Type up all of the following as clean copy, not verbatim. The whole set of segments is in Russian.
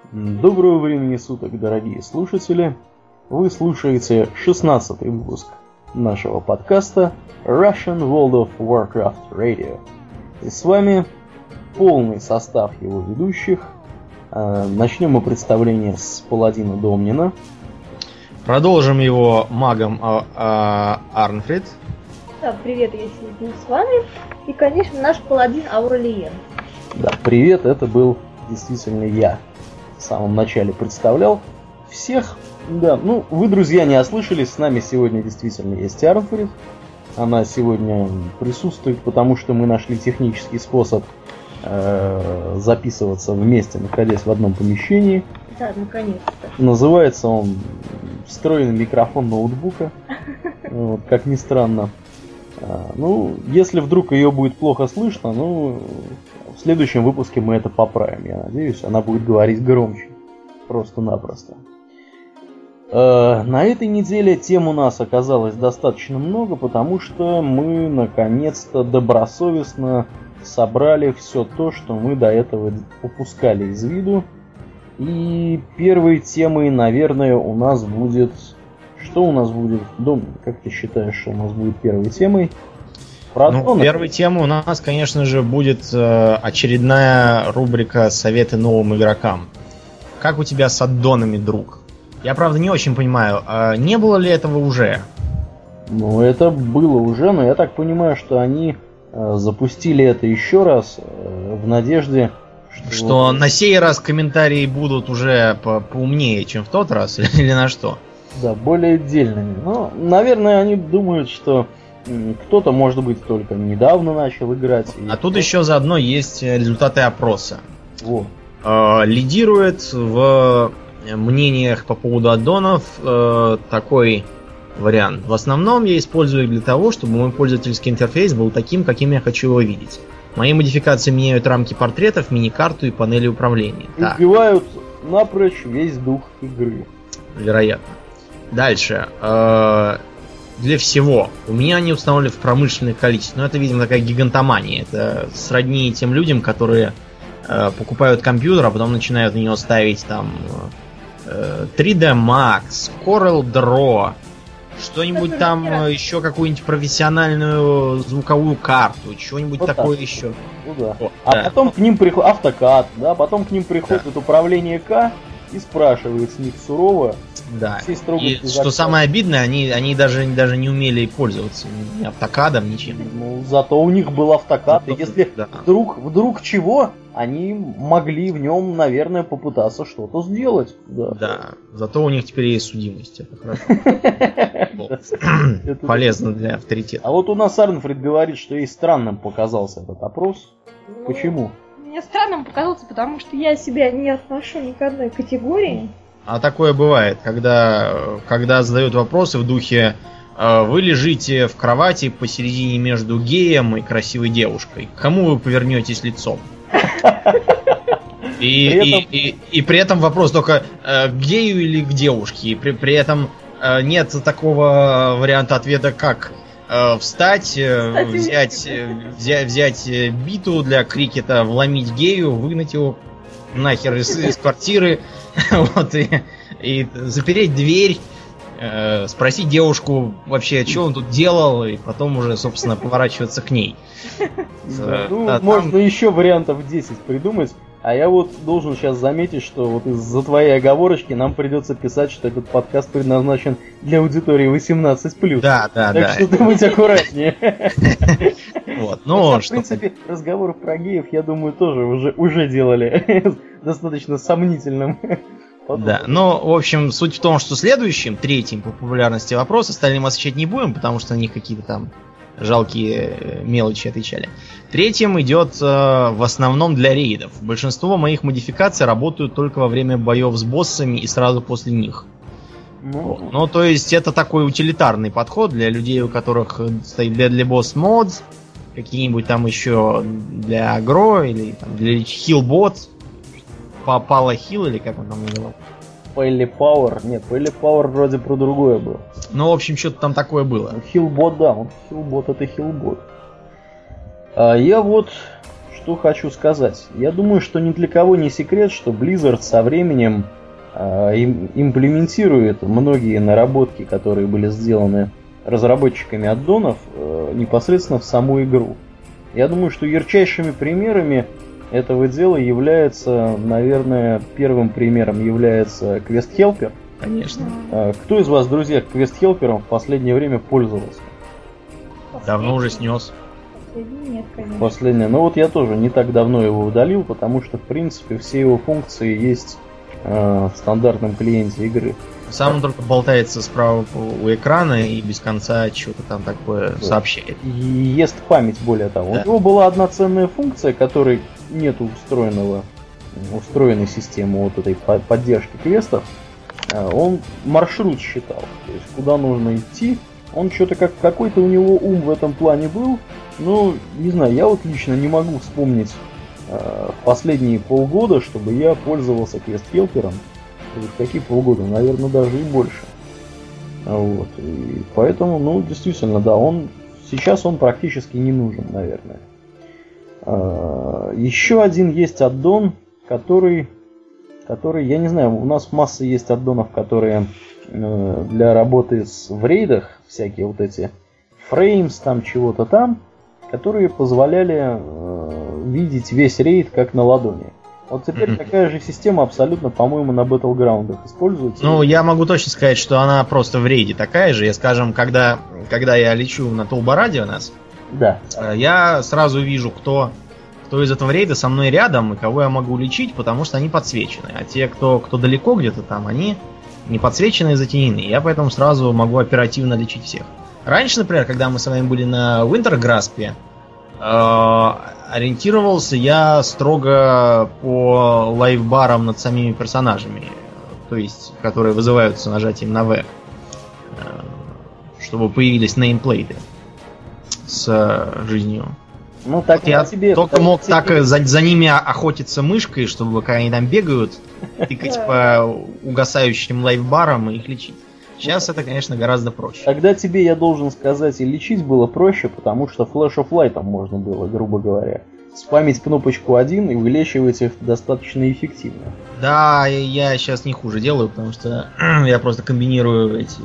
Доброго времени суток, дорогие слушатели! Вы слушаете 16-й выпуск нашего подкаста Russian World of Warcraft Radio. И с вами полный состав его ведущих. Начнем мы представление с паладина Домнина. Продолжим его магом Арнфрид. Да, привет, я сегодня с вами. И, конечно, наш паладин Аурелиен. Да, привет, это был действительно я. В самом начале представлял всех. Да, ну, вы, друзья, не ослышались, с нами сегодня действительно есть Арнфрид. Она сегодня присутствует, потому что мы нашли технический способ записываться вместе, находясь в одном помещении. Да, наконец-то. Называется он «Встроенный микрофон ноутбука». Вот, как ни странно. Ну, если вдруг ее будет плохо слышно, ну, в следующем выпуске мы это поправим, я надеюсь. Она будет говорить громче. Просто-напросто. На этой неделе тем у нас оказалось достаточно много, потому что мы наконец-то добросовестно собрали все то, что мы до этого упускали из виду. И первой темой, наверное, у нас будет... Что у нас будет? Дом, как ты считаешь, что у нас будет первой темой? Первой темой у нас, конечно же, будет очередная рубрика «Советы новым игрокам». Как у тебя с аддонами, друг? Я, правда, не очень понимаю, не было ли этого уже? Ну, это было уже, но я так понимаю, что они запустили это еще раз в надежде... Что на сей раз комментарии будут уже поумнее, чем в тот раз, или на что? Да, более отдельными. Но, наверное, они думают, что кто-то, может быть, только недавно начал играть. А тут еще заодно есть результаты опроса. Вот. Лидирует в мнениях по поводу аддонов такой вариант. В основном я использую их для того, чтобы мой пользовательский интерфейс был таким, каким я хочу его видеть. Мои модификации меняют рамки портретов, мини-карту и панели управления. Убивают напрочь весь дух игры. Вероятно. Дальше. Для всего. У меня они установлены в промышленных количествах. Но это, видимо, такая гигантомания. Это сродни тем людям, которые покупают компьютер, а потом начинают на него ставить там 3D Max, Corel Draw, что-нибудь там, еще какую-нибудь профессиональную звуковую карту, чего-нибудь вот такое так. Еще. Ну, да. Потом к ним приходит автокад, да, потом к ним приходит управление К и спрашивает с них сурово. Да. И что самое обидное, они даже не умели пользоваться ни автокадом, ничем. Ну, зато у них был автокад, и если вдруг чего, они могли в нем, наверное, попытаться что-то сделать. Да. Зато у них теперь есть судимость. Это хорошо. Полезно для авторитета. А вот у нас Арнфрид говорит, что ей странным показался этот опрос. Почему? Мне странным показался, потому что я себя не отношу ни к одной категории. А такое бывает, когда задают вопросы в духе «Вы лежите в кровати посередине между геем и красивой девушкой. К кому вы повернетесь лицом?» И при этом вопрос только к гею или к девушке. И при этом нет такого варианта ответа, как встать, взять биту для крикета, вломить гею, выгнать его нахер из квартиры, вот, и запереть дверь, спросить девушку вообще, что он тут делал, и потом уже, собственно, поворачиваться к ней. Можно еще вариантов 10 придумать. А я вот должен сейчас заметить, что вот из-за твоей оговорочки нам придется писать, что этот подкаст предназначен для аудитории 18+. Да. Так что ты будь аккуратнее. Вот, в принципе, разговоры про геев, я думаю, тоже уже делали достаточно сомнительным. Да, в общем, суть в том, что следующим, третьим по популярности вопрос, остальным освещать не будем, потому что на них какие-то там жалкие мелочи отвечали. Третьим идет в основном для рейдов. Большинство моих модификаций работают только во время боев с боссами и сразу после них. Ну, то есть это такой утилитарный подход для людей, у которых стоит для босс мод, какие-нибудь там еще для агро или там, для хилбот, Пала Хил или как он там называл? Пэлли Пауэр. Нет, Пэлли Пауэр вроде про другое было. Ну, в общем, что-то там такое было. Хилбот, да, вот Хилбот это Хилбот. А я вот Что хочу сказать. Я думаю, что ни для кого не секрет, что Blizzard со временем имплементирует многие наработки, которые были сделаны разработчиками аддонов, непосредственно в саму игру. Я думаю, что ярчайшими примерами этого дела является, наверное, первым примером является Quest Helper. Конечно. Кто из вас, друзья, Quest Helper в последнее время пользовался? Давно уже снес. Нет, конечно. Последнее. Но вот я тоже не так давно его удалил, потому что, в принципе, все его функции есть в стандартном клиенте игры. Сам он только болтается справа у экрана и без конца что-то там такое сообщает. И ест память, более того. Да. У него была одна ценная функция, которой нет у устроенной системы вот этой поддержки квестов. Он маршрут считал. То есть, куда нужно идти. Он что-то какой-то у него ум в этом плане был. Но, не знаю, я вот лично не могу вспомнить последние полгода, чтобы я пользовался квест-хелпером. Какие полгода? Наверное, даже и больше. Вот. И поэтому, ну, действительно, да, сейчас он практически не нужен, наверное. Еще один есть аддон, который, я не знаю, у нас масса есть аддонов, которые для работы в рейдах, всякие вот эти фреймс, там чего-то там, которые позволяли видеть весь рейд как на ладони. Вот теперь такая же система абсолютно, по-моему, на Battleground'ах используется. Ну, я могу точно сказать, что она просто в рейде такая же. Я, скажем, когда я лечу на Толбараде у нас, да, я сразу вижу, кто из этого рейда со мной рядом и кого я могу лечить, потому что они подсвечены. А те, кто далеко где-то там, они не подсвечены и затенены. Я поэтому сразу могу оперативно лечить всех. Раньше, например, когда мы с вами были на Винтерграспе, ориентировался я строго по лайфбарам над самими персонажами, то есть, которые вызываются нажатием на V, чтобы появились неймплейты с жизнью. Ну, так я только мог так за ними охотиться мышкой, чтобы когда они там бегают, тыкать по угасающим лайфбарам и их лечить. Сейчас это, конечно, гораздо проще. Тогда тебе, я должен сказать, и лечить было проще, потому что Flash of Light можно было, грубо говоря, спамить кнопочку 1 и вылечивать их достаточно эффективно. Да, я сейчас не хуже делаю, потому что я просто комбинирую эти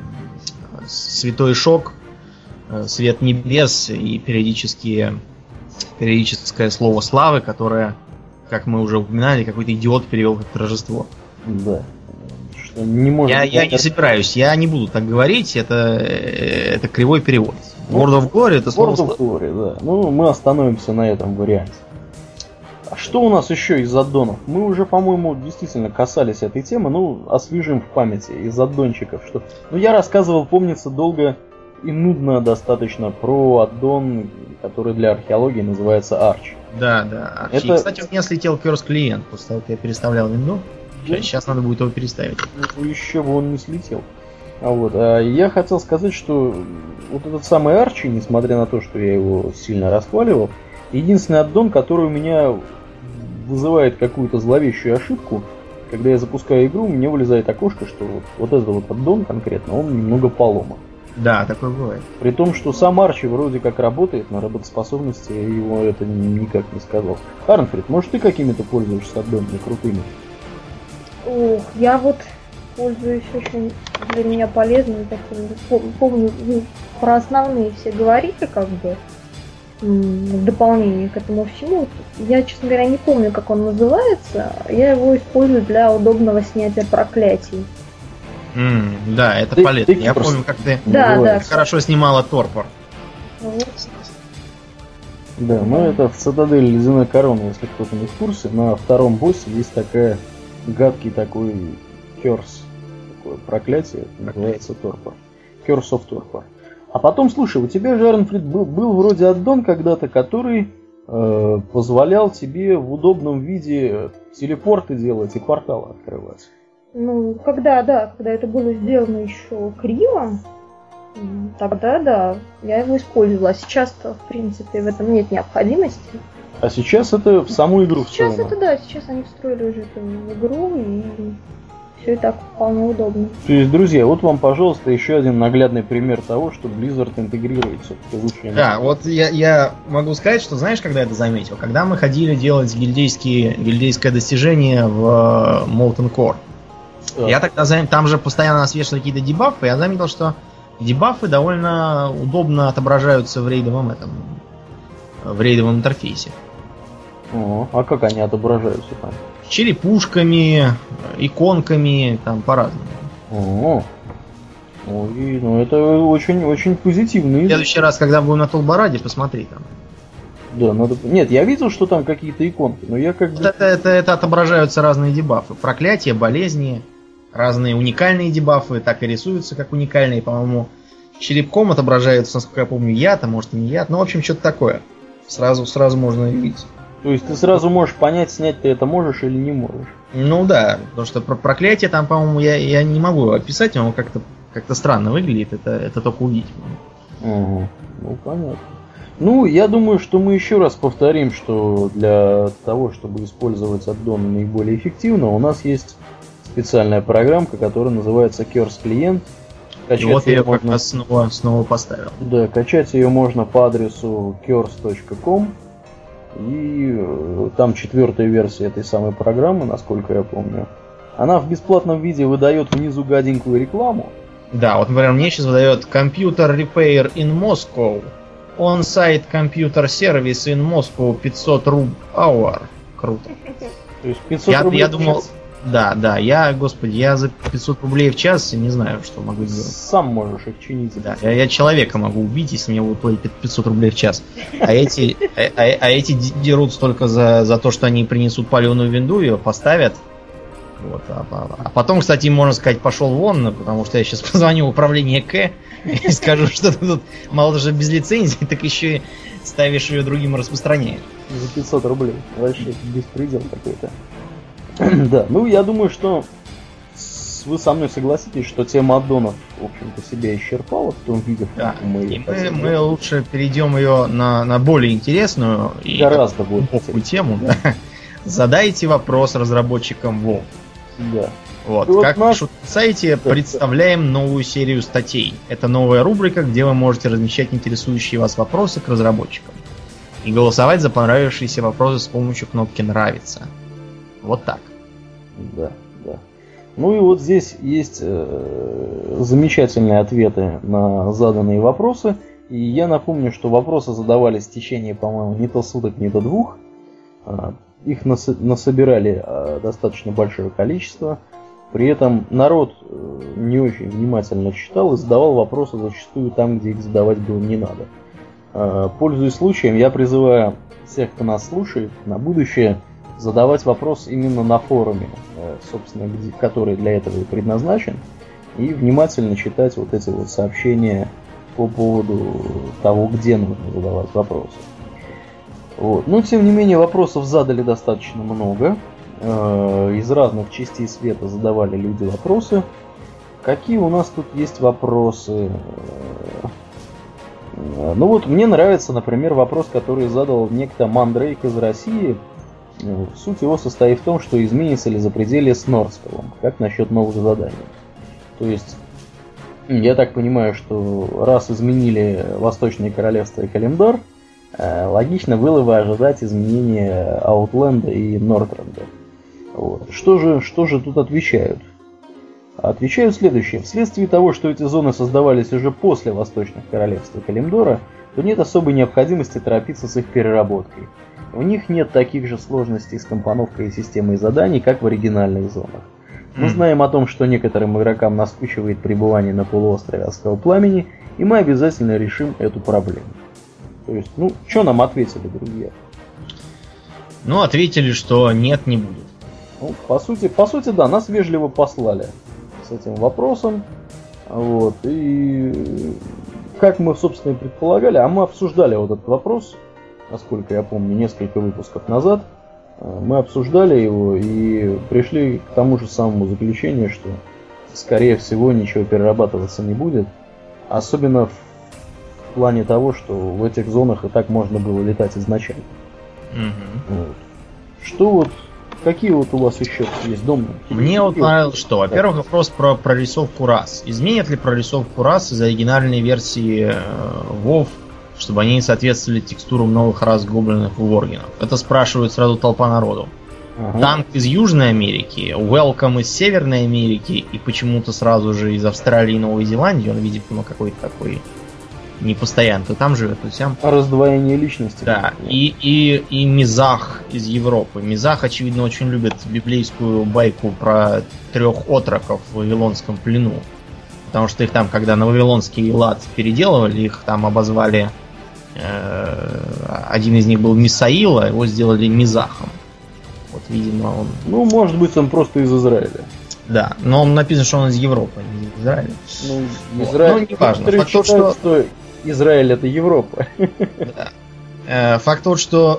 святой шок, свет небес и периодическое слово славы, которое, как мы уже упоминали, какой-то идиот перевел как торжество. Да. Не я не собираюсь, я не буду так говорить, это кривой перевод. World of Glory это слово. World of Glory, да. Ну, мы остановимся на этом варианте. А что у нас еще из аддонов? Мы уже, по-моему, действительно касались этой темы, ну, освежим в памяти из аддончиков. Ну, я рассказывал, помнится, долго и нудно достаточно про аддон, который для археологии называется Arch. Да. Arch. Кстати, у меня слетел Curse клиент, после того, как я переставлял винду. Сейчас надо будет его переставить. Ну, еще бы он не слетел. Я хотел сказать, что вот этот самый Арчи, несмотря на то, что я его сильно расхваливал, единственный аддон, который у меня вызывает какую-то зловещую ошибку, когда я запускаю игру, у меня вылезает окошко, что вот этот вот аддон конкретно, он немного поломан. Да, такое бывает. При том, что сам Арчи вроде как работает, но работоспособности его это никак не сказал. Арнфрид, может, ты какими-то пользуешься аддонами крутыми? Ох, я вот пользуюсь очень для меня полезным таким. Помню, вы про основные все говорите, как бы, в дополнение к этому всему. Я, честно говоря, не помню, как он называется. Я его использую для удобного снятия проклятий. Да, это полезно. Я помню, как ты хорошо снимала Торпор. Вот. Да, это в Цитадели Ледяной Короны, если кто-то не в курсе. На втором боссе есть гадкий такой curse, такое проклятие, называется Торпор. Curse of Torpor. А потом, слушай, у тебя же, Арнфрид, был вроде аддон когда-то, который позволял тебе в удобном виде телепорты делать и порталы открывать. Ну, когда это было сделано еще криво, тогда да, я его использовала. А сейчас-то, в принципе, в этом нет необходимости. А сейчас это в саму игру встроено? Сейчас это да, сейчас они встроили уже это в игру, и все и так вполне удобно. То есть, друзья, вот вам, пожалуйста, еще один наглядный пример того, что Blizzard интегрирует все-таки лучшие. Да, вот я могу сказать, что знаешь, когда я это заметил? Когда мы ходили делать гильдейское достижение в Molten Core. Да. Я тогда заметил, там же постоянно нас вешали какие-то дебафы, я заметил, что дебафы довольно удобно отображаются в рейдовом интерфейсе. А как они отображаются там? Черепушками, иконками, там по-разному. Ой, ну это очень позитивно. В следующий раз, когда будем на Толбараде, посмотри там. Да, надо. Нет, я видел, что там какие-то иконки, но я как бы. Это отображаются разные дебафы. Проклятия, болезни, разные уникальные дебафы, так и рисуются как уникальные, по-моему. Черепком отображаются, насколько я помню, яд, а может и не яд. Ну, в общем, что-то такое. Сразу можно видеть. То есть ты сразу можешь понять, снять ты это можешь или не можешь. Ну да, потому что про проклятие там, по-моему, я не могу описать, оно как-то странно выглядит, это только увидеть. Угу. Ну, понятно. Ну, я думаю, что мы еще раз повторим, что для того, чтобы использовать аддон наиболее эффективно, у нас есть специальная программка, которая называется Curse Client. И вот я ее как раз снова поставил. Да, качать ее можно по адресу curse.com. И там 4-я версия этой самой программы, насколько я помню. Она в бесплатном виде выдает внизу гаденькую рекламу. Да, вот, например, мне сейчас выдает Computer Repair in Moscow. On-site Computer Service in Moscow 500 руб hour. Круто. То есть 500 рублей я думал, да, я за 500 рублей в час не знаю, что могу сделать. Сам можешь их чинить. Да, я человека могу убить, если мне будут платить 500 рублей в час. А эти дерутся только за то, что они принесут паленую винду, ее поставят. Вот, а потом, кстати, можно сказать, пошел вон, потому что я сейчас позвоню в управление К и скажу, что ты тут мало даже без лицензии, так еще и ставишь ее другим и распространяешь. За 500 рублей. Вообще беспредел какой-то. Да, ну я думаю, что вы со мной согласитесь, что тема аддонов, в общем-то, себя исчерпала в том виде, в каком мы лучше перейдем ее на более интересную и гораздо более тему. Да. Задайте вопрос разработчикам WoW. Да. Вот, как пишут на сайте, представляем новую серию статей. Это новая рубрика, где вы можете размещать интересующие вас вопросы к разработчикам и голосовать за понравившиеся вопросы с помощью кнопки «Нравится». Вот так. Да. Ну и вот здесь есть замечательные ответы на заданные вопросы. И я напомню, что вопросы задавались в течение, по-моему, не то суток, не то двух. Их насобирали достаточно большое количество. При этом народ не очень внимательно читал и задавал вопросы зачастую там, где их задавать было не надо. Пользуясь случаем, я призываю всех, кто нас слушает, на будущее задавать вопрос именно на форуме, собственно, который для этого и предназначен, и внимательно читать вот эти вот сообщения по поводу того, где нужно задавать вопросы. Вот. Но, тем не менее, вопросов задали достаточно много. Из разных частей света задавали люди вопросы. Какие у нас тут есть вопросы? Ну вот, мне нравится, например, вопрос, который задал некто Мандрейк из России. Суть его состоит в том, что изменится ли запределье с Нордспеллом. Как насчет новых заданий? То есть, я так понимаю, что раз изменили Восточное Королевство и Калимдор, логично было бы ожидать изменения Аутленда и Нордренда. Вот. Что же тут отвечают? Отвечают следующее. Вследствие того, что эти зоны создавались уже после Восточных Королевств и Калимдора, то нет особой необходимости торопиться с их переработкой. У них нет таких же сложностей с компоновкой и системой заданий, как в оригинальных зонах. Мы знаем о том, что некоторым игрокам наскучивает пребывание на полуострове Адского Пламени, и мы обязательно решим эту проблему. То есть, что нам ответили, друзья? Ну, ответили, что нет, не будет. Ну, по сути, да, нас вежливо послали с этим вопросом. Вот, и как мы, собственно, и предполагали, а мы обсуждали вот этот вопрос, насколько я помню, несколько выпусков назад. Мы обсуждали его и пришли к тому же самому заключению, что, скорее всего, ничего перерабатываться не будет. Особенно в плане того, что в этих зонах и так можно было летать изначально. Вот. Что вот Какие вот у вас еще есть дома? Мне вот понравилось, что, во-первых, вопрос про прорисовку рас. Изменят ли прорисовку рас из оригинальной версии WoW, чтобы они соответствовали текстурам новых рас гоблинов и воргинов? Это спрашивает сразу толпа народу. Ага. Танк из Южной Америки, Welcome из Северной Америки и почему-то сразу же из Австралии и Новой Зеландии. Он, видимо, какой-то такой непостоянный. То там живет, то сям. Раздвоение личности. Да, и Мизах из Европы. Мизах, очевидно, очень любит библейскую байку про 3 отроков в Вавилонском плену. Потому что их там, когда на вавилонский лад переделывали, их там обозвали... один из них был Мисаил, а его сделали Мизахом. Вот, видимо, он... Ну, может быть, он просто из Израиля. Да, но он написано, что он из Европы, не из Израиля. Ну, Израиль... Ну, не важно. Факт тот, что Израиль это Европа. Да. Факт тот, что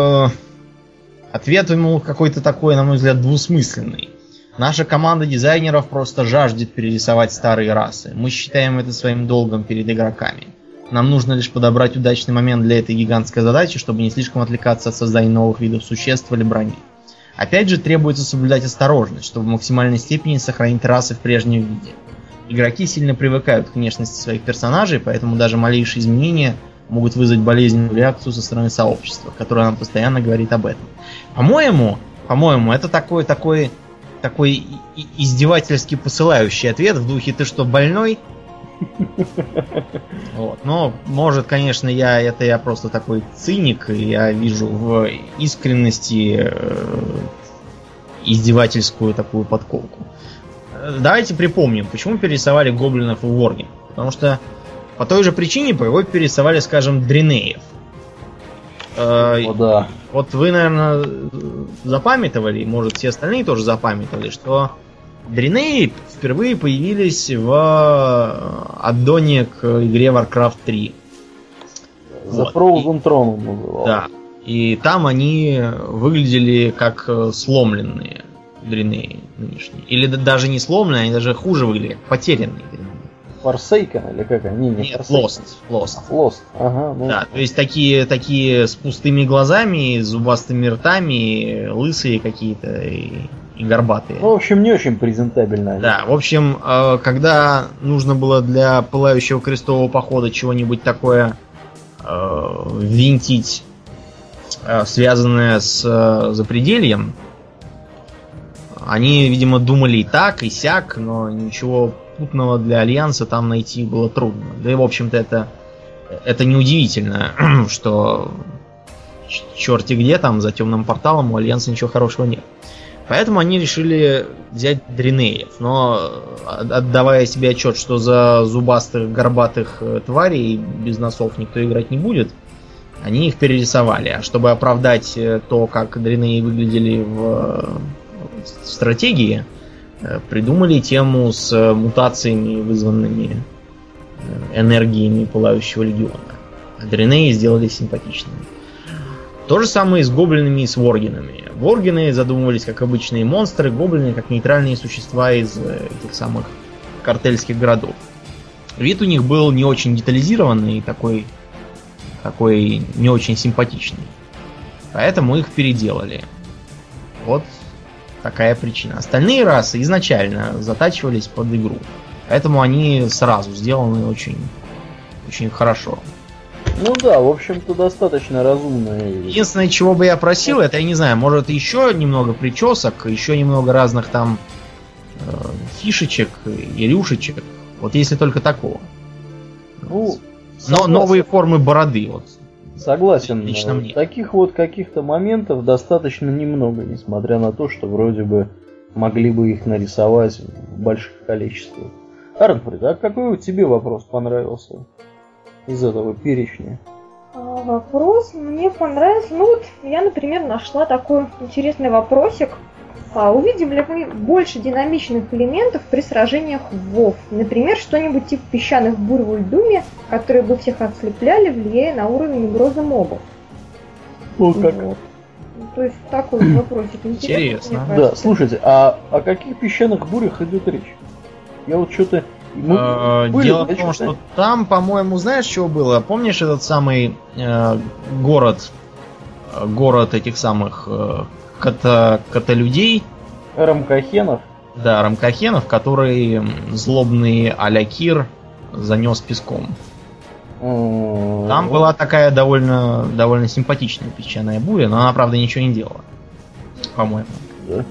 ответ ему какой-то такой, на мой взгляд, двусмысленный. Наша команда дизайнеров просто жаждет перерисовать старые расы. Мы считаем это своим долгом перед игроками. Нам нужно лишь подобрать удачный момент для этой гигантской задачи, чтобы не слишком отвлекаться от создания новых видов существ или брони. Опять же, требуется соблюдать осторожность, чтобы в максимальной степени сохранить расы в прежнем виде. Игроки сильно привыкают к внешности своих персонажей, поэтому даже малейшие изменения могут вызвать болезненную реакцию со стороны сообщества, которое нам постоянно говорит об этом. По-моему, это такой издевательски посылающий ответ в духе «ты что, больной?» Вот. Но, может, конечно, я просто такой циник, и я вижу в искренности издевательскую такую подколку. Давайте припомним, почему перерисовали гоблинов и воргинов. Потому что по той же причине, по его перерисовали, скажем, дринеев. О, да. Вот вы, наверное, запамятовали, может, все остальные тоже запамятовали, что дринеи впервые появились в аддоне к игре Warcraft 3. The Frozen Throne он называл. Да. И там они выглядели как сломленные дринеи нынешние. Или даже не сломленные, они даже хуже выглядели, как потерянные дринеи. Forsaken или как они? Нет, Lost. Ага, ну... Да, то есть такие с пустыми глазами, с зубастыми ртами, лысые какие-то и горбатые. Ну, в общем, не очень презентабельно. Да, в общем, когда нужно было для пылающего крестового похода чего-нибудь такое винтить, связанное с запредельем, они, видимо, думали и так, и сяк, но ничего путного для Альянса там найти было трудно. Да и, в общем-то, это неудивительно, что черти где там за темным порталом у Альянса ничего хорошего нет. Поэтому они решили взять дринеев. Но, отдавая себе отчет, что за зубастых, горбатых тварей без носов никто играть не будет, они их перерисовали. А чтобы оправдать то, как дринеи выглядели в стратегии, придумали тему с мутациями, вызванными энергиями Пылающего Легиона. А дринеи сделали симпатичными. То же самое и с гоблинами и с воргинами. Воргины задумывались как обычные монстры, гоблины как нейтральные существа из этих самых картельских городов. Вид у них был не очень детализированный и такой не очень симпатичный. Поэтому их переделали. Вот такая причина. Остальные расы изначально затачивались под игру. Поэтому они сразу сделаны очень, очень хорошо. Ну да, в общем-то, достаточно разумные. Единственное, чего бы я просил, это, я не знаю, может еще немного причесок, еще немного разных там фишечек и рюшечек. Вот если только такого. Ну, но новые формы бороды. Вот. Согласен. Лично мне. Таких вот каких-то моментов достаточно немного, несмотря на то, что вроде бы могли бы их нарисовать в больших количествах. Арнфрид, а какой тебе вопрос понравился из этого перечня? Вопрос мне понравился. Ну вот я, например, нашла такой интересный вопросик. Увидим ли мы больше динамичных элементов при сражениях в WoW? Например, что-нибудь типа песчаных бурь в Ульдуме, которые бы всех ослепляли, влияя на уровень угрозы мобов. Вот как. Вот. То есть такой вопросик интересно. Да, слушайте, а о каких песчаных бурях идет речь? Я вот что-то... Дело в том, что там, по-моему, знаешь, чего было? Помнишь этот самый город этих самых людей. Рамкахенов? Да, рамкахенов, который злобный а-ля Кир занес песком. Там была такая довольно симпатичная песчаная буря, но она, правда, ничего не делала. По-моему. Да.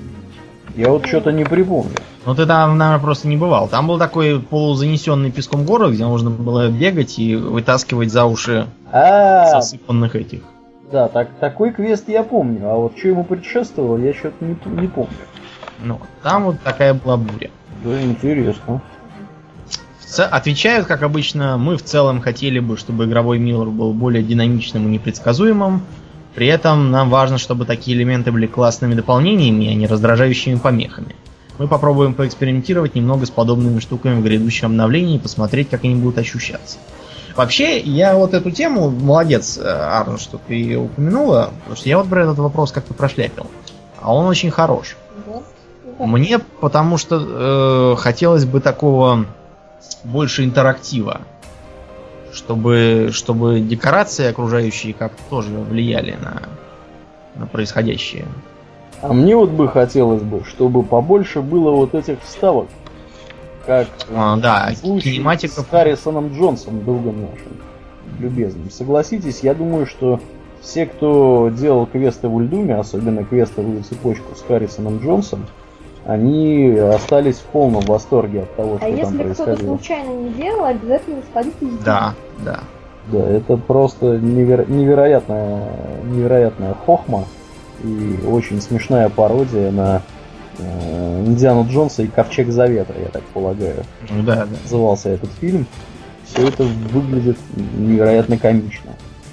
Я вот что-то не припомню. Ну ты там, наверное, просто не бывал. Там был такой полузанесенный песком город, где нужно было бегать и вытаскивать за уши засыпанных этих. Да, такой квест я помню, а вот что ему предшествовало, я что-то не помню. Ну, там вот такая была буря. Да, интересно. Отвечают, как обычно, мы в целом хотели бы, чтобы игровой мир был более динамичным и непредсказуемым. При этом нам важно, чтобы такие элементы были классными дополнениями, а не раздражающими помехами. Мы попробуем поэкспериментировать немного с подобными штуками в грядущем обновлении и посмотреть, как они будут ощущаться. Вообще, я вот эту тему, молодец, Арн, что ты ее упомянула, потому что я вот про этот вопрос как-то прошляпил. А он очень хорош. Мне потому что хотелось бы такого больше интерактива. Чтобы декорации окружающие как-то тоже влияли на происходящее. А мне вот бы хотелось бы, чтобы побольше было вот этих вставок. Как да, в случае кинематиков с Харрисоном Джонсом, другом нашим любезным. Согласитесь, я думаю, что все, кто делал квесты в Ульдуме, особенно квестовую цепочку с Харрисоном Джонсом, они остались в полном восторге от того, что там происходило. А если кто-то случайно не делал, обязательно сходите и сделайте. Да. Да, это просто невероятная хохма и очень смешная пародия на Индиану Джонса и Ковчег Завета, я так полагаю. Да. Назывался этот фильм. Все это выглядит невероятно комично.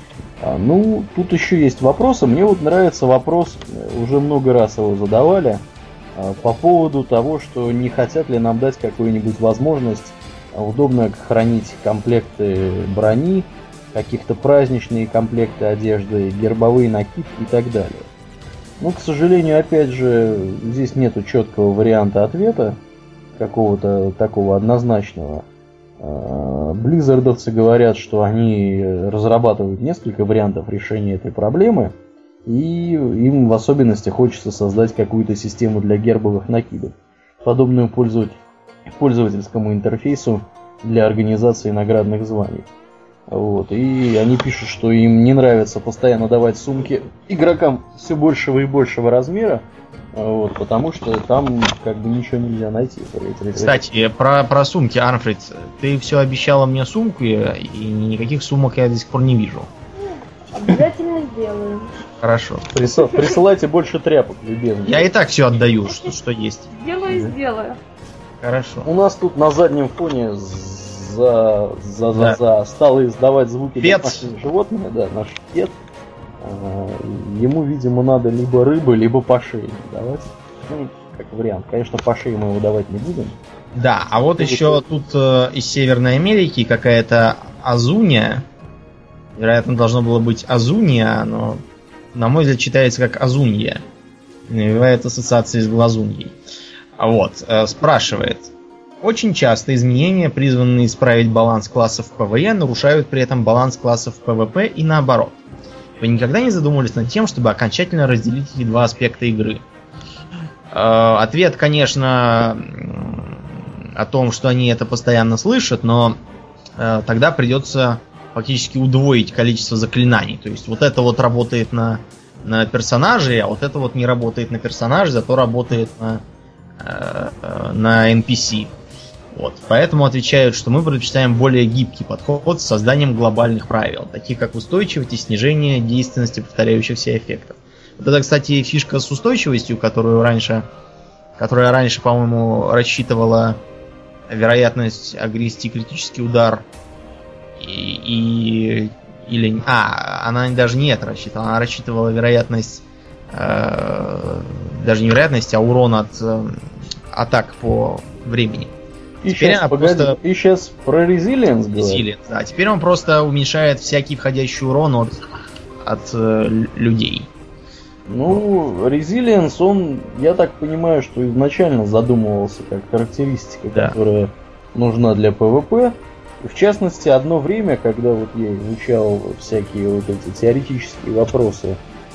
Тут еще есть вопросы. Мне вот нравится вопрос, уже много раз его задавали, по поводу того, что не хотят ли нам дать какую-нибудь возможность удобно хранить комплекты брони, каких-то праздничные комплекты одежды, гербовые накидки и так далее. К сожалению, опять же, здесь нету четкого варианта ответа, какого-то такого однозначного. Близзардовцы говорят, что они разрабатывают несколько вариантов решения этой проблемы, и им в особенности хочется создать какую-то систему для гербовых накидок, подобную пользовательскому интерфейсу для организации наградных званий. И они пишут, что им не нравится постоянно давать сумки игрокам все большего и большего размера, потому что там как бы ничего нельзя найти. Кстати, про сумки, Арнфрид, ты все обещала мне сумку, и никаких сумок я до сих пор не вижу. Обязательно сделаю. Хорошо. Присылайте больше тряпок, любезно. Я и так все отдаю, что есть. Сделаю. Хорошо. У нас тут на заднем фоне стало издавать звуки домашних животных, да, наш пет. Ему, видимо, надо либо рыбы, либо по шее давать. Как вариант. Конечно, по шее мы его давать не будем. Да, а вот еще тут из Северной Америки какая-то Азуния. Вероятно, должно было быть Азуния, но, на мой взгляд, читается как Азунья. Навевает ассоциации с глазуньей. Спрашивает. Очень часто изменения, призванные исправить баланс классов в ПВЕ, нарушают при этом баланс классов в ПВП и наоборот. Вы никогда не задумывались над тем, чтобы окончательно разделить эти два аспекта игры? Ответ, конечно, о том, что они это постоянно слышат, но тогда придется фактически удвоить количество заклинаний. То есть вот это вот работает на персонажей, а вот это вот не работает на персонажей, зато работает на NPC. Поэтому отвечают, что мы предпочитаем более гибкий подход с созданием глобальных правил, таких как устойчивость и снижение действенности повторяющихся эффектов. Вот это, кстати, фишка с устойчивостью, которая раньше, по-моему, рассчитывала вероятность огрести критический удар она даже не это рассчитывала, она рассчитывала вероятность, даже не вероятность, а урон от атак по времени. И сейчас про Resilience говорит. Да, теперь он просто уменьшает всякий входящий урон от людей. Resilience, он, я так понимаю, что изначально задумывался как характеристика, которая нужна для PvP. И в частности, одно время, когда я изучал всякие вот эти теоретические вопросы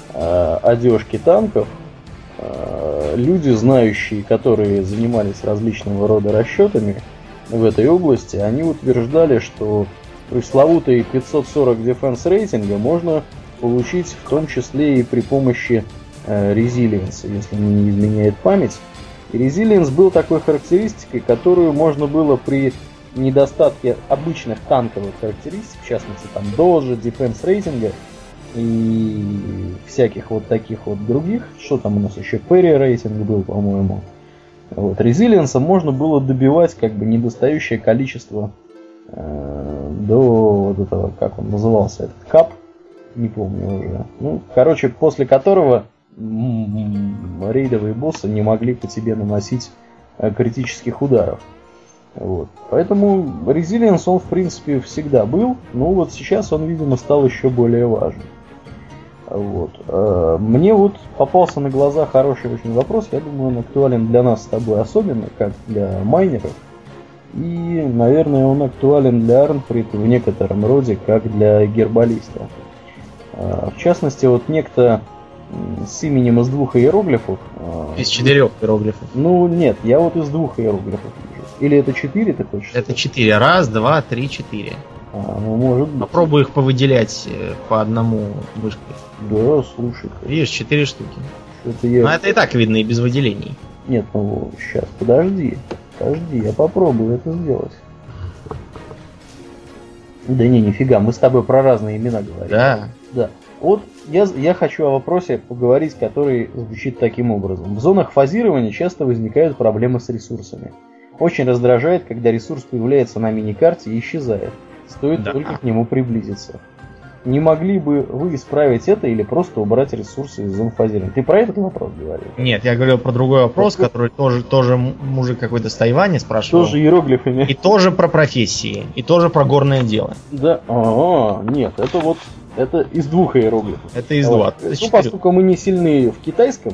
одежки танков, люди, знающие, которые занимались различного рода расчетами в этой области, они утверждали, что пресловутый 540 Defense рейтинга можно получить в том числе и при помощи Resilience, если мне не изменяет память. И Resilience был такой характеристикой, которую можно было при недостатке обычных танковых характеристик, в частности там Dodge, Defense рейтинга и всяких вот таких вот других, что там у нас еще Perry рейтинг был, по-моему. Вот. Resilience можно было добивать как бы недостающее количество до вот этого, как он назывался, этот кап, не помню уже. Ну, короче, после которого рейдовые боссы не могли по тебе наносить критических ударов. Вот. Поэтому Resilience он в принципе всегда был, но вот сейчас он, видимо, стал еще более важен. Вот. Мне вот попался на глаза хороший очень вопрос, я думаю, он актуален для нас с тобой особенно, как для майнеров. И, наверное, он актуален для Арнфрида в некотором роде, как для гербалиста. В частности, вот некто с именем из 2 иероглифов. Из 4 иероглифов. Ну, нет, я вот из 2 иероглифов вижу. Или это 4, ты хочешь? Это 4. 1, 2, 3, 4. Ну, может быть. Попробуй их повыделять по одному вышкой. Да, слушай. Видишь, 4 штуки. Я... Но это и так видно и без выделений. Нет, ну, сейчас, подожди, я попробую это сделать. Да не, нифига, мы с тобой про разные имена говорим. Да. Вот я хочу о вопросе поговорить, который звучит таким образом. В зонах фазирования часто возникают проблемы с ресурсами. Очень раздражает, когда ресурс появляется на миникарте и исчезает. Стоит только к нему приблизиться. Не могли бы вы исправить это или просто убрать ресурсы из зон фазирования? Ты про этот вопрос говорил? Нет, я говорил про другой вопрос, который тоже мужик какой-то с Тайваня спрашивал. Тоже иероглифами. И тоже про профессии, и тоже про горное дело. Да, нет, это из 2 иероглифов. Это из 2. Ну, поскольку мы не сильны в китайском,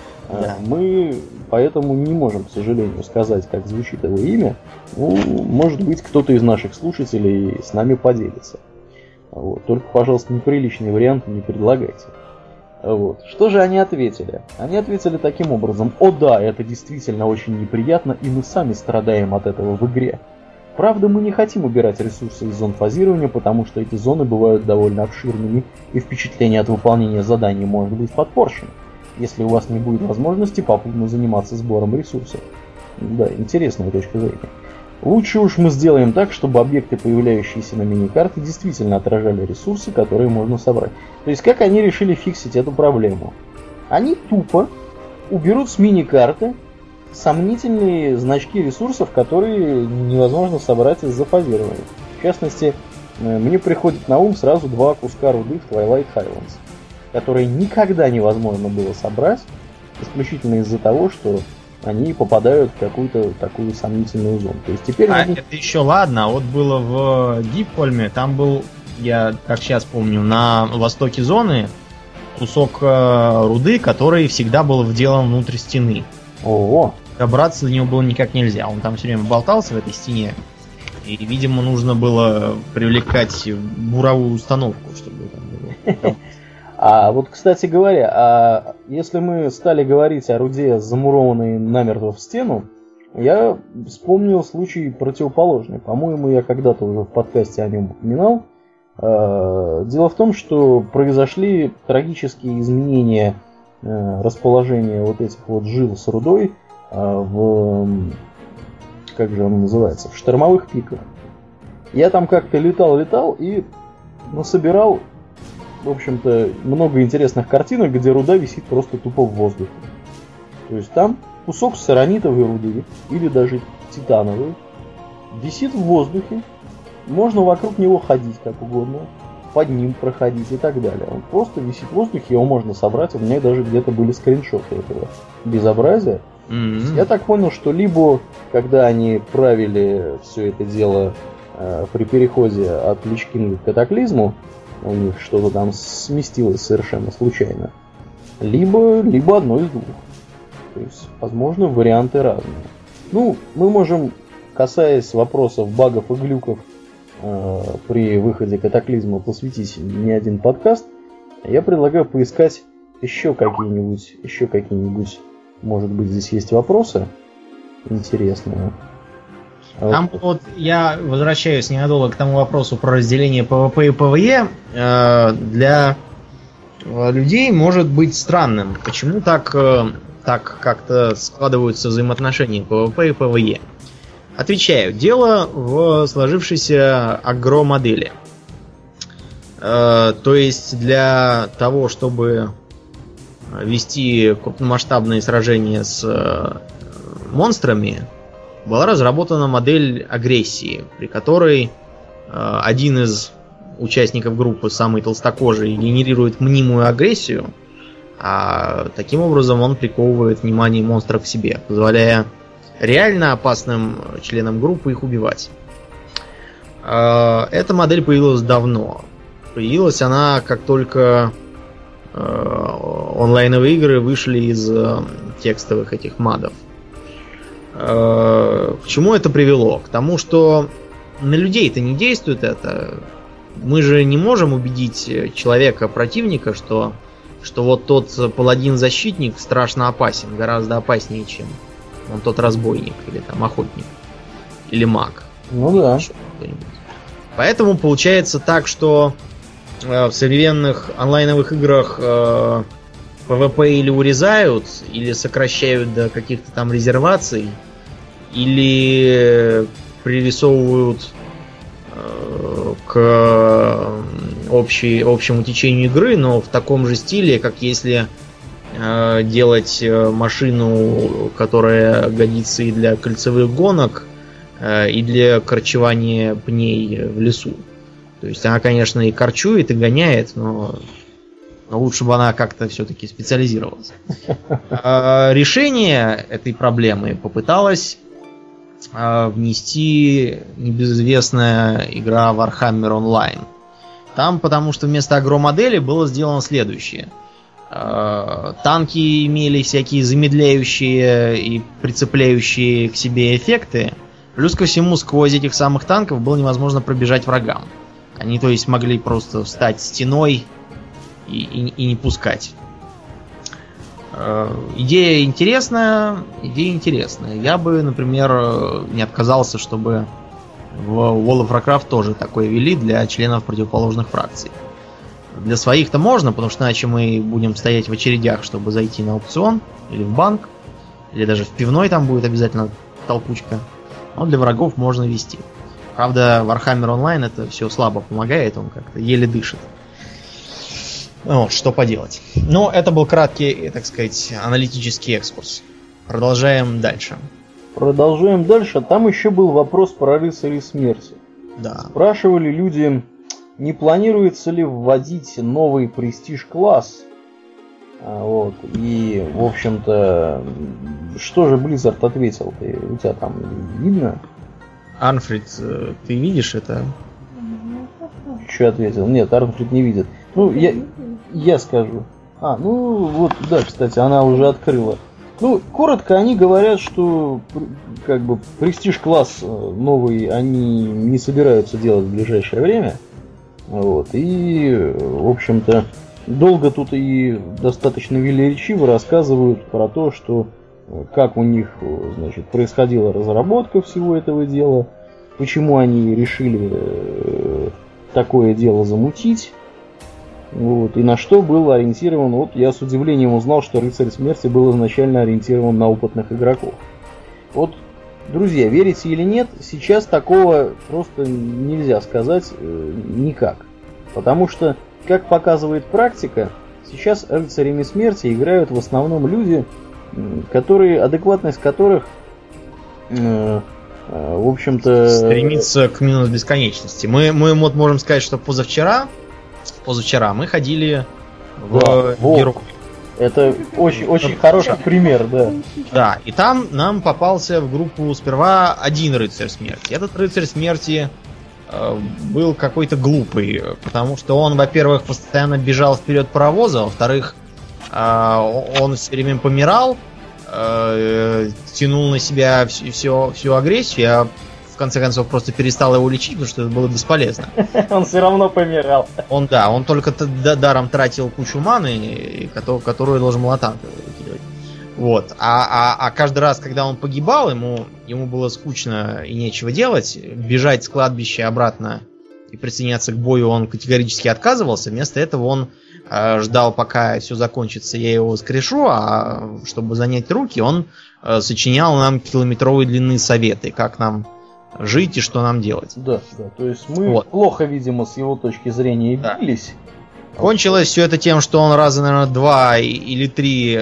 мы поэтому не можем, к сожалению, сказать, как звучит его имя. Ну, может быть, кто-то из наших слушателей с нами поделится. Вот. Только, пожалуйста, неприличный вариант не предлагайте. Вот. Что же они ответили? Они ответили таким образом: о да, это действительно очень неприятно, и мы сами страдаем от этого в игре. Правда, мы не хотим убирать ресурсы из зон фазирования, потому что эти зоны бывают довольно обширными, и впечатление от выполнения заданий может быть подпорчено, если у вас не будет возможности попутно заниматься сбором ресурсов. Да, интересная точка зрения. Лучше уж мы сделаем так, чтобы объекты, появляющиеся на миникарте, действительно отражали ресурсы, которые можно собрать. То есть, как они решили фиксить эту проблему? Они тупо уберут с миникарты сомнительные значки ресурсов, которые невозможно собрать из-за фазирования. В частности, мне приходит на ум сразу 2 куска руды в Twilight Highlands, которые никогда невозможно было собрать, исключительно из-за того, что они попадают в какую-то такую сомнительную зону. То есть теперь это еще ладно, а вот было в Дипхольме, там был, я как сейчас помню, на востоке зоны кусок руды, который всегда был вделан внутрь стены. Ого! Добраться до него было никак нельзя. Он там все время болтался в этой стене. И, видимо, нужно было привлекать буровую установку, чтобы там было. А вот, кстати говоря, если мы стали говорить о руде, замурованной намертво в стену, я вспомнил случай противоположный. По-моему, я когда-то уже в подкасте о нем упоминал. Дело в том, что произошли трагические изменения расположения вот этих вот жил с рудой в, как же он называется, в штормовых пиках. Я там как-то летал и насобирал, в общем-то, много интересных картинок, где руда висит просто тупо в воздухе. То есть там кусок саронитовой руды, или даже титановой, висит в воздухе, можно вокруг него ходить как угодно, под ним проходить и так далее. Он просто висит в воздухе, его можно собрать, у меня даже где-то были скриншоты этого безобразия. Я так понял, что либо, когда они правили все это дело при переходе от Лич Кинга к Катаклизму, у них что-то там сместилось совершенно случайно, либо одно из двух. То есть, возможно, варианты разные. Ну, мы можем, касаясь вопросов багов и глюков при выходе Катаклизма, посвятить не один подкаст. Я предлагаю поискать еще какие-нибудь, может быть, здесь есть вопросы интересные? Там вот я возвращаюсь ненадолго к тому вопросу про разделение PvP и PvE. Для людей может быть странным, почему так как-то складываются взаимоотношения PvP и PvE. Отвечаю, дело в сложившейся агромодели. То есть для того, чтобы вести крупномасштабные сражения с монстрами, была разработана модель агрессии, при которой один из участников группы, самый толстокожий, генерирует мнимую агрессию, а таким образом он приковывает внимание монстров к себе, позволяя реально опасным членам группы их убивать. Эта модель появилась давно. Появилась она, как только онлайновые игры вышли из текстовых этих мадов. К чему это привело? К тому, что на людей-то не действует это. Мы же не можем убедить человека, противника, что вот тот паладин-защитник страшно опасен, гораздо опаснее, чем он тот разбойник, или там охотник, или маг. Ну да. Поэтому получается так, что в современных онлайновых играх PvP или урезают, или сокращают до каких-то там резерваций, или пририсовывают к общему течению игры, но в таком же стиле, как если делать машину, которая годится и для кольцевых гонок, и для корчевания пней в лесу. То есть она, конечно, и корчует, и гоняет, но лучше бы она как-то все-таки специализировалась. Решение этой проблемы попыталась внести небезызвестная игра Warhammer Online. Там, потому что вместо агромодели было сделано следующее. Танки имели всякие замедляющие и прицепляющие к себе эффекты. Плюс ко всему, сквозь этих самых танков было невозможно пробежать врагам. Они, то есть, могли просто встать стеной и не пускать. Идея интересная. Я бы, например, не отказался, чтобы в World of Warcraft тоже такое ввели для членов противоположных фракций. Для своих-то можно, потому что иначе мы будем стоять в очередях, чтобы зайти на аукцион, или в банк, или даже в пивной там будет обязательно толкучка. Но для врагов можно вести. Правда, Warhammer Online это все слабо помогает, он как-то еле дышит. Вот, что поделать. Но это был краткий, так сказать, аналитический экскурс. Продолжаем дальше. Там еще был вопрос про рыцарей смерти. Да. Спрашивали люди, не планируется ли вводить новый престиж-класс. Вот. И, в общем-то, что же Blizzard ответил? У тебя там видно? Арнфрид, ты видишь это? Что ответил? Нет, Арнфрид не видит. Ну, я скажу. Вот, да, кстати, она уже открыла. Ну, коротко они говорят, что как бы престиж-класс новый они не собираются делать в ближайшее время. Вот. И, в общем-то, долго тут и достаточно велеречиво рассказывают про то, что как у них, значит, происходила разработка всего этого дела, почему они решили такое дело замутить. Вот, и на что был ориентирован. Вот я с удивлением узнал, что Рыцарь Смерти был изначально ориентирован на опытных игроков. Вот, друзья, верите или нет, сейчас такого просто нельзя сказать никак. Потому что, как показывает практика, сейчас Рыцарями Смерти играют в основном люди, адекватность которых, в общем-то... стремится к минус бесконечности. Мы можем сказать, что позавчера мы ходили в Герой. Это очень хороший пример, да. Да, и там нам попался в группу сперва один рыцарь смерти. Этот рыцарь смерти был какой-то глупый, потому что он, во-первых, постоянно бежал вперед паровоза, во-вторых, он все время помирал, тянул на себя всю агрессию, а конце концов просто перестал его лечить, потому что это было бесполезно. Он все равно помирал. Он только даром тратил кучу маны, которую должен был на танк выкидывать. Вот. А каждый раз, когда он погибал, ему было скучно и нечего делать, бежать с кладбища обратно и присоединяться к бою он категорически отказывался. Вместо этого он ждал, пока все закончится, я его воскрешу, а чтобы занять руки, он сочинял нам километровой длины советы, как нам жить и что нам делать. Да. То есть мы плохо, видимо, с его точки зрения бились. Кончилось все это тем, что он раза, наверное, 2 или 3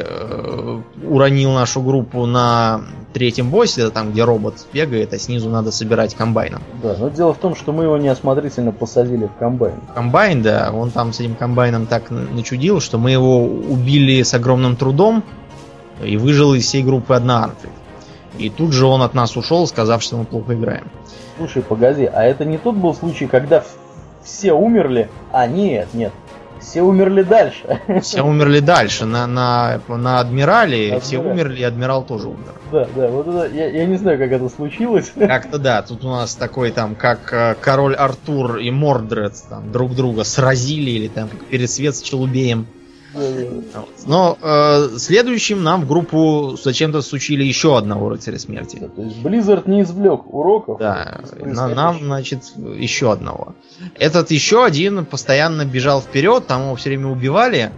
уронил нашу группу на 3-м боссе, это там, где робот бегает, а снизу надо собирать комбайном. Да, но дело в том, что мы его неосмотрительно посадили в комбайн. Комбайн, да, он там с этим комбайном так начудил, что мы его убили с огромным трудом, и выжил из всей группы одна Арнфрид. И тут же он от нас ушел, сказав, что мы плохо играем. Слушай, погоди, а это не тот был случай, когда все умерли? А, нет. Все умерли дальше. Все умерли дальше. На Адмирале все умерли, и Адмирал тоже умер. Да, вот это, я не знаю, как это случилось. Как-то да, тут у нас такой там, как король Артур и Мордред там друг друга сразили, или там как Пересвет с Челубеем. Вот. Но следующим нам в группу зачем-то сучили еще одного рыцаря смерти. Да, то есть Blizzard не извлек уроков. Да, нам, значит, еще одного. Этот еще один постоянно бежал вперед, там его все время убивали,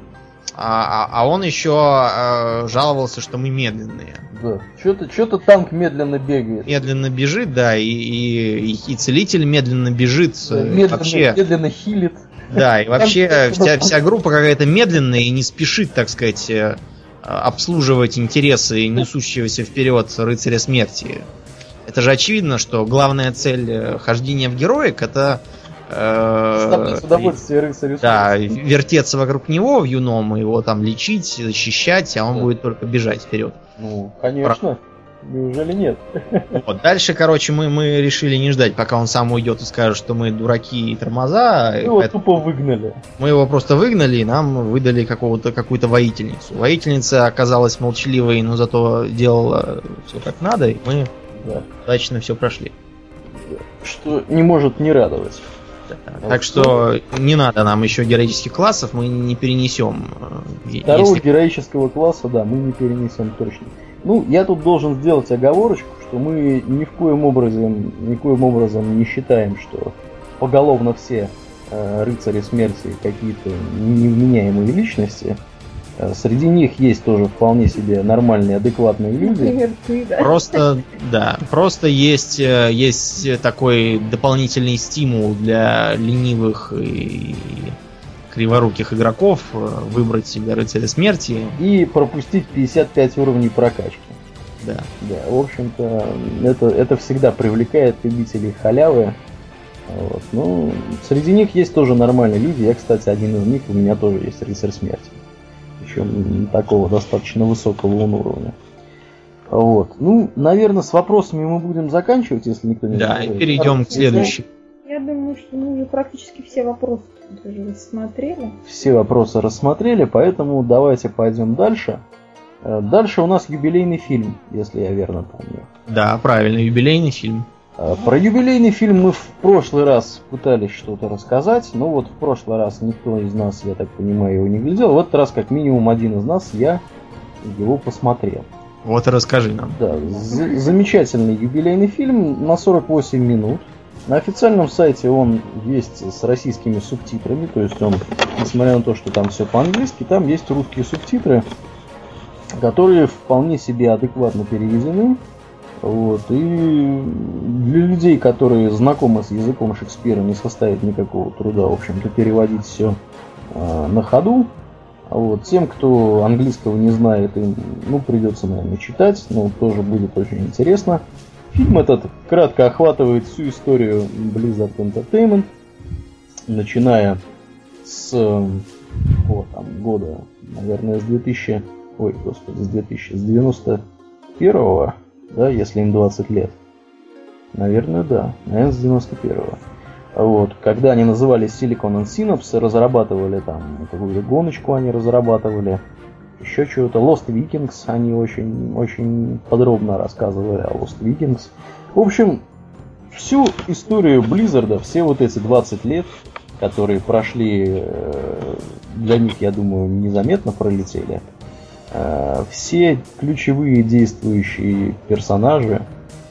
а он еще жаловался, что мы медленные. Да, что-то танк медленно бегает. Медленно бежит, да, и целитель медленно бежит. Да, медленно хилит. Да, и вообще вся группа какая-то медленная и не спешит, так сказать, обслуживать интересы несущегося вперед рыцаря смерти. Это же очевидно, что главная цель хождения в героик — это удовольствие рыцарю смерти. Да, вертеться вокруг него в юном, его там лечить, защищать, а он будет только бежать вперед. Ну, конечно. Неужели нет? Вот. Дальше, короче, мы решили не ждать, пока он сам уйдет и скажет, что мы дураки и тормоза. Мы его тупо выгнали. Мы его просто выгнали, и нам выдали какую-то воительницу. Воительница оказалась молчаливой, но зато делала все как надо, и мы удачно все прошли. Что не может не радовать. Так что не надо нам еще героических классов, мы не перенесем. Второго героического класса, да, мы не перенесем точно. Ну, я тут должен сделать оговорочку, что мы никоим образом не считаем, что поголовно все рыцари смерти какие-то невменяемые личности. Среди них есть тоже вполне себе нормальные, адекватные люди. Например, ты, да? Просто есть такой дополнительный стимул для ленивых и криворуких игроков выбрать себе рыцаря смерти и пропустить 55 уровней прокачки. Да, в общем-то, это всегда привлекает любителей халявы. Вот. Ну, среди них есть тоже нормальные люди. Я, кстати, один из них, у меня тоже есть рыцарь смерти. Причем такого достаточно высокого уровня. Вот. Ну, наверное, с вопросами мы будем заканчивать, если никто не знает. Да, и перейдем к следующему. Я думаю, что мы уже практически все вопросы даже рассмотрели. Все вопросы рассмотрели, поэтому давайте пойдем дальше. Дальше у нас юбилейный фильм, если я верно помню. Да, правильно, юбилейный фильм. Про юбилейный фильм мы в прошлый раз пытались что-то рассказать, но вот в прошлый раз никто из нас, я так понимаю, его не глядел. В этот раз как минимум один из нас, я его посмотрел. Вот и расскажи нам. Да, замечательный юбилейный фильм на 48 минут. На официальном сайте он есть с российскими субтитрами, то есть он, несмотря на то, что там все по-английски, там есть русские субтитры, которые вполне себе адекватно переведены. Вот. И для людей, которые знакомы с языком Шекспира, не составит никакого труда, в общем-то, переводить все на ходу. Вот. Тем, кто английского не знает, им придется, наверное, читать, но тоже будет очень интересно. Фильм этот кратко охватывает всю историю Blizzard Entertainment, начиная с года, наверное, с 91-го, да, если им 20 лет. Наверное, да, наверное, с 91-го. Вот, когда они назывались Silicon and Synapse, разрабатывали там какую-то гоночку, они разрабатывали, еще чего-то. Lost Vikings, они очень подробно рассказывали о Lost Vikings. В общем, Всю историю Blizzard, все вот эти 20 лет, которые прошли, для них, я думаю, незаметно пролетели, все ключевые действующие персонажи,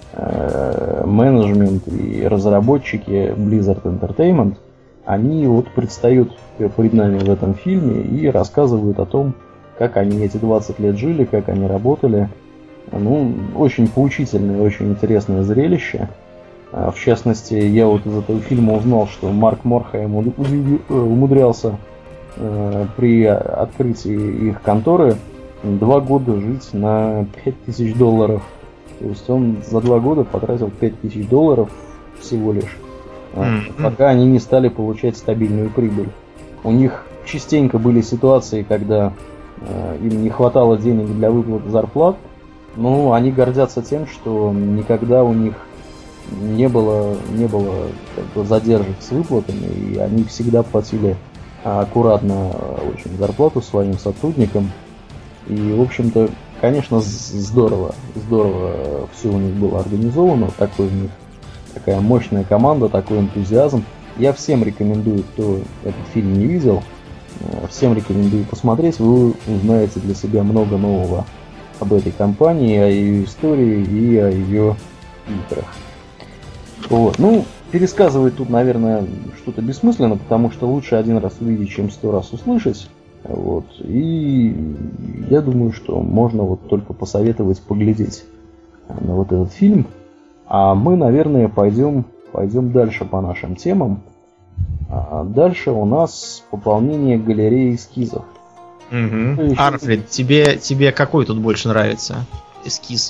менеджмент и разработчики Blizzard Entertainment, они вот предстают перед нами в этом фильме и рассказывают о том, как они эти 20 лет жили, как они работали. Ну, очень поучительное, очень интересное зрелище. В частности, я вот из этого фильма узнал, что Марк Морхайм умудрялся при открытии их конторы 2 года жить на $5000. То есть он за 2 года потратил $5000 всего лишь, пока они не стали получать стабильную прибыль. У них частенько были ситуации, когда им не хватало денег для выплаты зарплат, но они гордятся тем, что никогда у них не было как бы задержек с выплатами, и они всегда платили аккуратно очень зарплату своим сотрудникам. И, в общем-то, конечно, здорово все у них было организовано, такая мощная команда, такой энтузиазм. Я всем рекомендую, кто этот фильм не видел, всем рекомендую посмотреть, вы узнаете для себя много нового об этой компании, о ее истории и о ее играх. Вот. Ну, пересказывать тут, наверное, что-то бессмысленно, потому что лучше один раз увидеть, чем 100 раз услышать. Вот. И я думаю, что можно вот только посоветовать поглядеть на вот этот фильм. А мы, наверное, пойдем дальше по нашим темам. Дальше у нас пополнение галереи эскизов. Угу. Арфред, тебе какой тут больше нравится? Эскиз.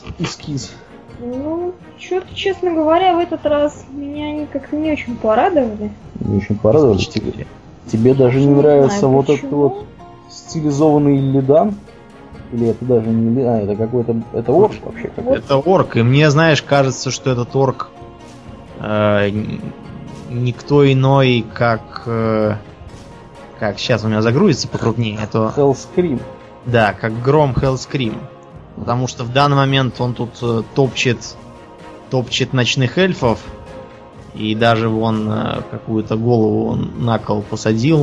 Ну, что-то, честно говоря, в этот раз меня они как-то не очень порадовали. Не очень порадовали? Тебе даже не нравится вот этот вот стилизованный Илlidan? Или это даже не Илlidan, это какой-то... Это орк вообще какой-то? Это орк, и мне, знаешь, кажется, что этот орк никто иной, как сейчас у меня загрузится покрупнее, это... Hellscream. Да, как гром Hellscream. Потому что в данный момент он тут топчет ночных эльфов, и даже вон какую-то голову он на кол посадил,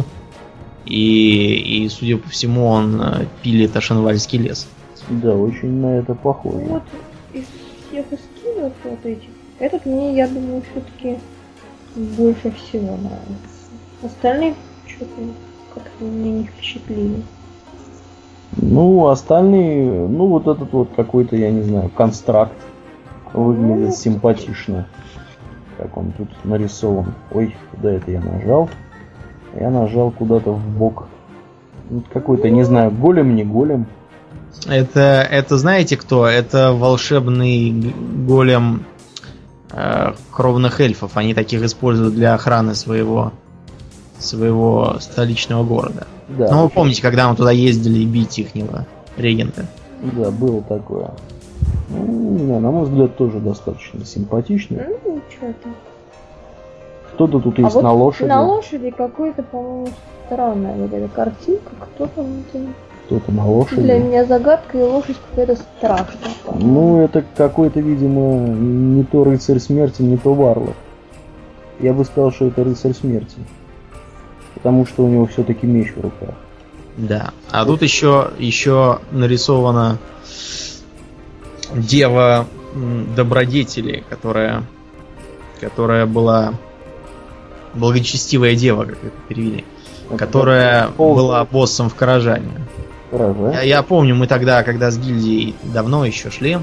и судя по всему, он пилит Ашенвальский лес. Да, очень на это похоже. Вот из всех эскизов вот этих, этот мне, я думаю, все-таки больше всего нравится. Остальные что-то как-то меня не впечатлили. Ну, остальные, ну, вот этот вот какой-то, я не знаю, констракт выглядит симпатично. Как он тут нарисован. Ой, куда это я нажал? Я нажал куда-то в бок. Какой-то, не знаю, голем, не голем. Это знаете кто? Это волшебный голем кровных эльфов. Они таких используют для охраны своего столичного города. Да, ну, вы помните, когда мы туда ездили бить ихнего регента? Да, было такое. Ну, на мой взгляд, тоже достаточно симпатичный. Ну, что-то. Кто-то тут есть на лошади. На лошади какой-то, по-моему, странная вот эта картинка. Кто-то на лошади. Для меня загадка, и лошадь какая-то страшная. Ну, это какой-то, видимо, не то рыцарь смерти, не то варлок. Я бы сказал, что это рыцарь смерти. Потому что у него все-таки меч в руках. Да. А тут еще нарисована дева добродетели, которая была благочестивая дева, как это перевели, которая была боссом в Каражане. Я помню, мы тогда, когда с гильдией давно еще шли,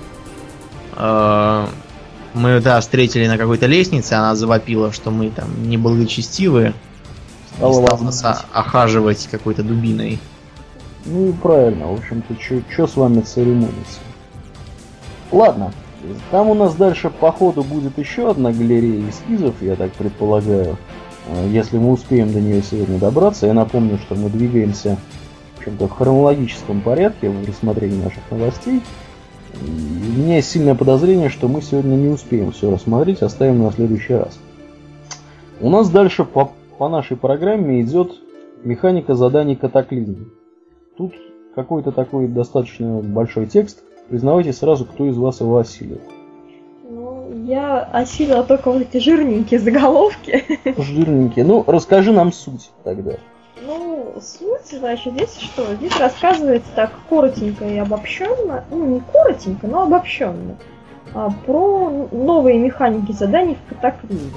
мы встретили на какой-то лестнице, она завопила, что мы там неблагочестивые, и стала нас охаживать какой-то дубиной. Ну и правильно, в общем-то, что с вами церемониться? Ладно, там у нас дальше по ходу будет еще одна галерея эскизов, я так предполагаю, если мы успеем до нее сегодня добраться. Я напомню, что мы двигаемся в общем-то в хронологическом порядке в рассмотрении наших новостей. И у меня есть сильное подозрение, что мы сегодня не успеем все рассмотреть, оставим на следующий раз. У нас дальше по нашей программе идет механика заданий катаклизм. Тут какой-то такой достаточно большой текст. Признавайте сразу, кто из вас его осилил. Ну, Я осилила только вот эти жирненькие заголовки. Жирненькие. Ну, расскажи нам суть тогда. Ну, суть, значит, здесь что? Здесь рассказывается так коротенько и обобщенно, ну, не коротенько, но обобщенно, про новые механики заданий в катаклизме.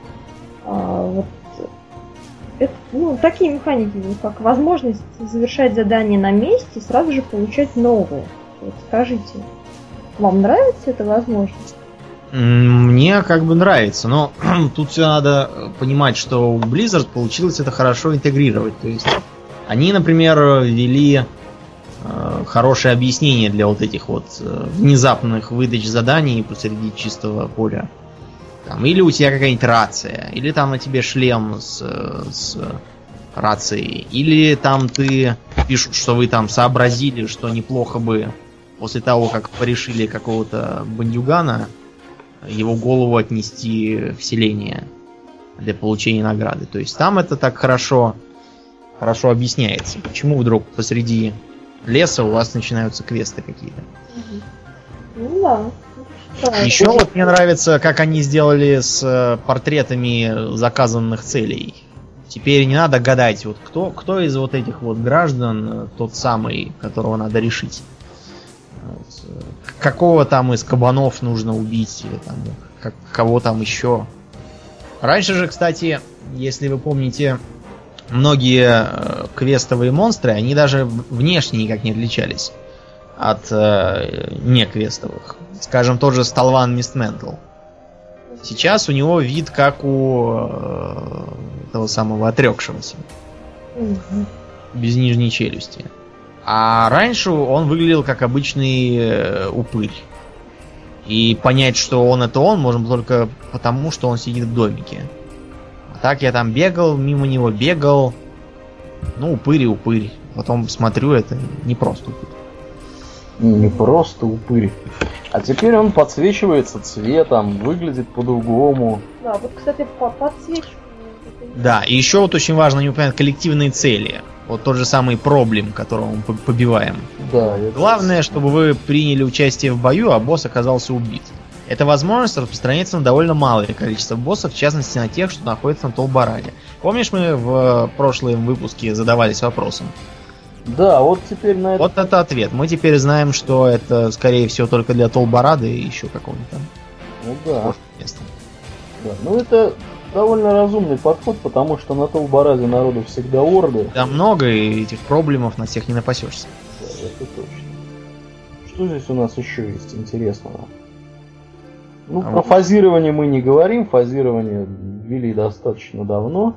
Вот, это, ну, такие механики, как возможность завершать задание на месте и сразу же получать новые. Вот скажите, вам нравится эта возможность? Мне как бы нравится, но тут все надо понимать, что у Blizzard получилось это хорошо интегрировать. То есть они, например, ввели хорошее объяснение для вот этих вот внезапных выдач заданий посреди чистого поля. Там, или у тебя какая-нибудь рация, или там на тебе шлем с рацией, или там ты пишут, что вы там сообразили, что неплохо бы после того, как порешили какого-то бандюгана, его голову отнести в селение для получения награды. То есть там это так хорошо объясняется. Почему вдруг посреди леса у вас начинаются квесты какие-то. Ну да. Еще вот мне нравится, как они сделали с портретами заказанных целей. Теперь не надо гадать, вот кто из вот этих вот граждан тот самый, которого надо решить. Вот. Какого там из кабанов нужно убить, или там, кого там еще. Раньше же, кстати, если вы помните, многие квестовые монстры, они даже внешне никак не отличались от неквестовых. Скажем, тот же Сталван Мистментл. Сейчас у него вид как у того самого отрекшегося. Без нижней челюсти. А раньше он выглядел как обычный упырь. И понять, что он это он, можем только потому, что он сидит в домике. А так я там бегал, мимо него бегал. Ну, упырь и упырь. Потом смотрю, это не просто упырь. Не просто упырь. А теперь он подсвечивается цветом, выглядит по-другому. Да, вот, кстати, подсвечивание. Да, и еще вот очень важно не упоминать коллективные цели. Вот тот же самый проблем, которого мы побиваем. Да, Главное, чтобы вы приняли участие в бою, а босс оказался убит. Эта возможность распространяется на довольно малое количество боссов, в частности на тех, что находятся на Толбараде. Помнишь, мы в прошлом выпуске задавались вопросом? Да, вот теперь на это... Вот это ответ. Мы теперь знаем, что это, скорее всего, только для Толбарада и еще какого-нибудь там. Ну да. Места. Да. Ну это довольно разумный подход, потому что на Толбараде народу всегда орды. Да много, и этих проблемов на всех не напасешься. Да, это точно. Что здесь у нас еще есть интересного? Ну, про фазирование мы не говорим. Фазирование ввели достаточно давно.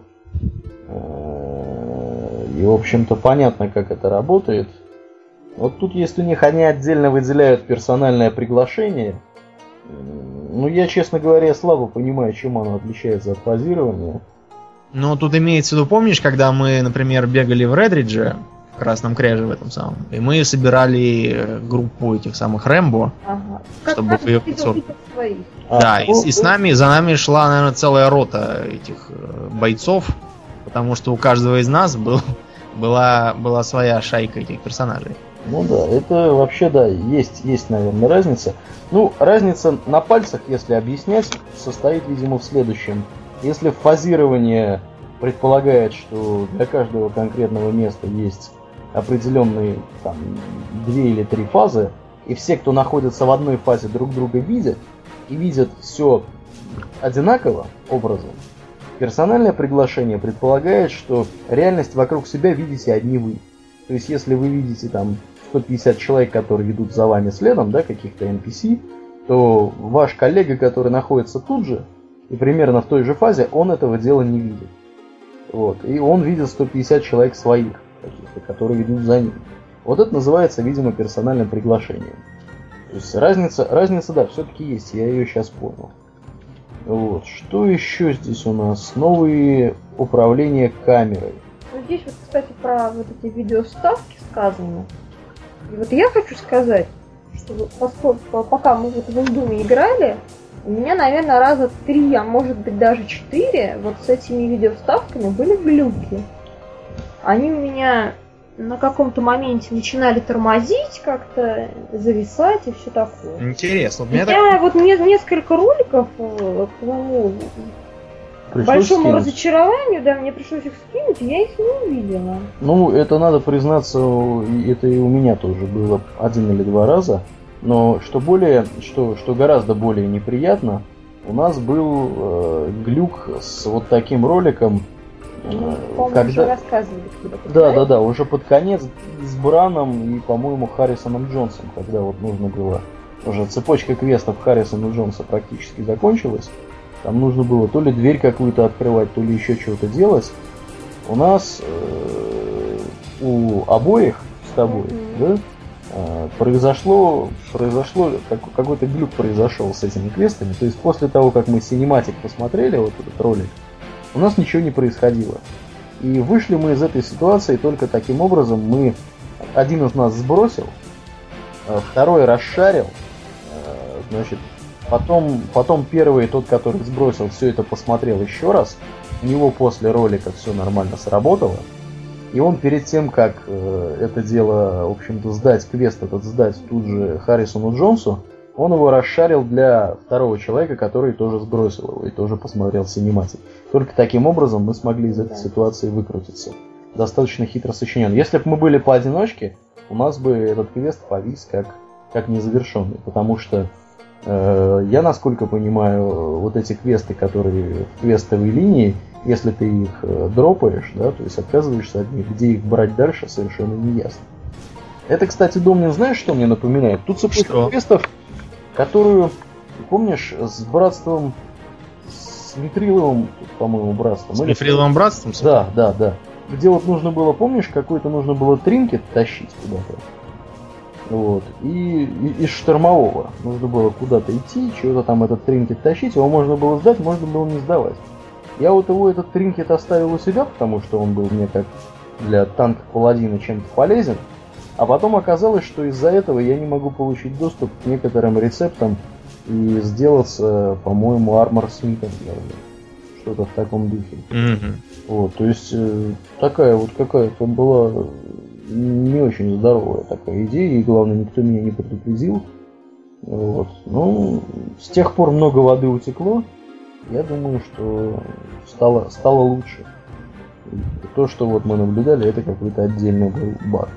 И, в общем-то, понятно, как это работает. Вот тут есть у них, они отдельно выделяют персональное приглашение. Ну, я, честно говоря, слабо понимаю, чем оно отличается от фазирования. Ну, тут имеется в виду, помнишь, когда мы, например, бегали в Редридже, в Красном Кряже в этом самом, и мы собирали группу этих самых Рэмбо, чтобы ее Да, и с нами, за нами шла, наверное, целая рота этих бойцов, потому что у каждого из нас была своя шайка этих персонажей. Ну да, это вообще, да, есть, наверное, разница. Ну, разница на пальцах, если объяснять, состоит, видимо, в следующем. Если фазирование предполагает, что для каждого конкретного места есть определенные там 2 или 3 фазы, и все, кто находится в одной фазе, друг друга видят, и видят все одинаково образом, персональное приглашение предполагает, что реальность вокруг себя видите одни вы. То есть, если вы видите там 150 человек, которые идут за вами следом, да, каких-то NPC, то ваш коллега, который находится тут же, и примерно в той же фазе, он этого дела не видит. Вот. И он видит 150 человек своих, каких-то, которые идут за ним. Вот это называется, видимо, персональным приглашением. То есть разница, да, все-таки есть, я ее сейчас понял. Вот. Что еще здесь у нас? Новые управления камерой. Ну, здесь вот, кстати, про вот эти видеоставки сказано. И вот я хочу сказать, что поскольку, пока мы вот в Илдуме играли, у меня, наверное, раза 3, а может быть даже 4 вот с этими видеоставками были глюки. Они у меня на каком-то моменте начинали тормозить, как-то зависать и все такое. Интересно. Мне несколько роликов к моему большому разочарованию, да, мне пришлось их скинуть, я их не увидела. Ну, это надо признаться, это и у меня тоже было 1 или 2 раза. Но что гораздо более неприятно, у нас был глюк с вот таким роликом. По-моему, уже рассказывали когда-то. Да, уже под конец с Браном и, по-моему, Харрисоном Джонсом, когда вот нужно было, уже цепочка квестов Харрисона Джонса практически закончилась. Там нужно было то ли дверь какую-то открывать, то ли еще чего-то делать. У нас у обоих с тобой, да, произошло какой-то глюк произошел с этими квестами. То есть после того, как мы синематик посмотрели, вот этот ролик, у нас ничего не происходило. И вышли мы из этой ситуации только таким образом. Один из нас сбросил, второй расшарил, значит, потом первый, тот, который сбросил, все это посмотрел еще раз. У него после ролика все нормально сработало. И он перед тем, как это дело, в общем-то, квест этот сдать тут же Харрисону Джонсу, он его расшарил для второго человека, который тоже сбросил его и тоже посмотрел синематик. Только таким образом мы смогли из этой ситуации выкрутиться. Достаточно хитро сочинен. Если бы мы были поодиночке, у нас бы этот квест повис как незавершенный. Потому что я, насколько понимаю, вот эти квесты, которые в квестовой линии, если ты их дропаешь, да, то есть отказываешься от них, где их брать дальше, совершенно не ясно. Это, кстати, Домнин, знаешь, что мне напоминает? Тут цепочка квестов, которую, помнишь, с братством, с Мифриловым, по-моему, братством. С Мифриловым братством? Да. Где вот нужно было, помнишь, нужно было тринкет тащить куда-то. Вот. И из штормового нужно было куда-то идти, чего-то там этот тринкет тащить, его можно было сдать, можно было не сдавать. Я вот этот тринкет оставил у себя, потому что он был мне как для танка паладина чем-то полезен. А потом оказалось, что из-за этого я не могу получить доступ к некоторым рецептам и сделаться, по-моему, армор-смитом. Что-то в таком духе. Mm-hmm. Вот, то есть такая вот какая-то была не очень здоровая такая идея, и главное, никто меня не предупредил. Вот. Ну, с тех пор много воды утекло. Я думаю, что стало лучше. И то, что вот мы наблюдали, это какой-то отдельный был баг.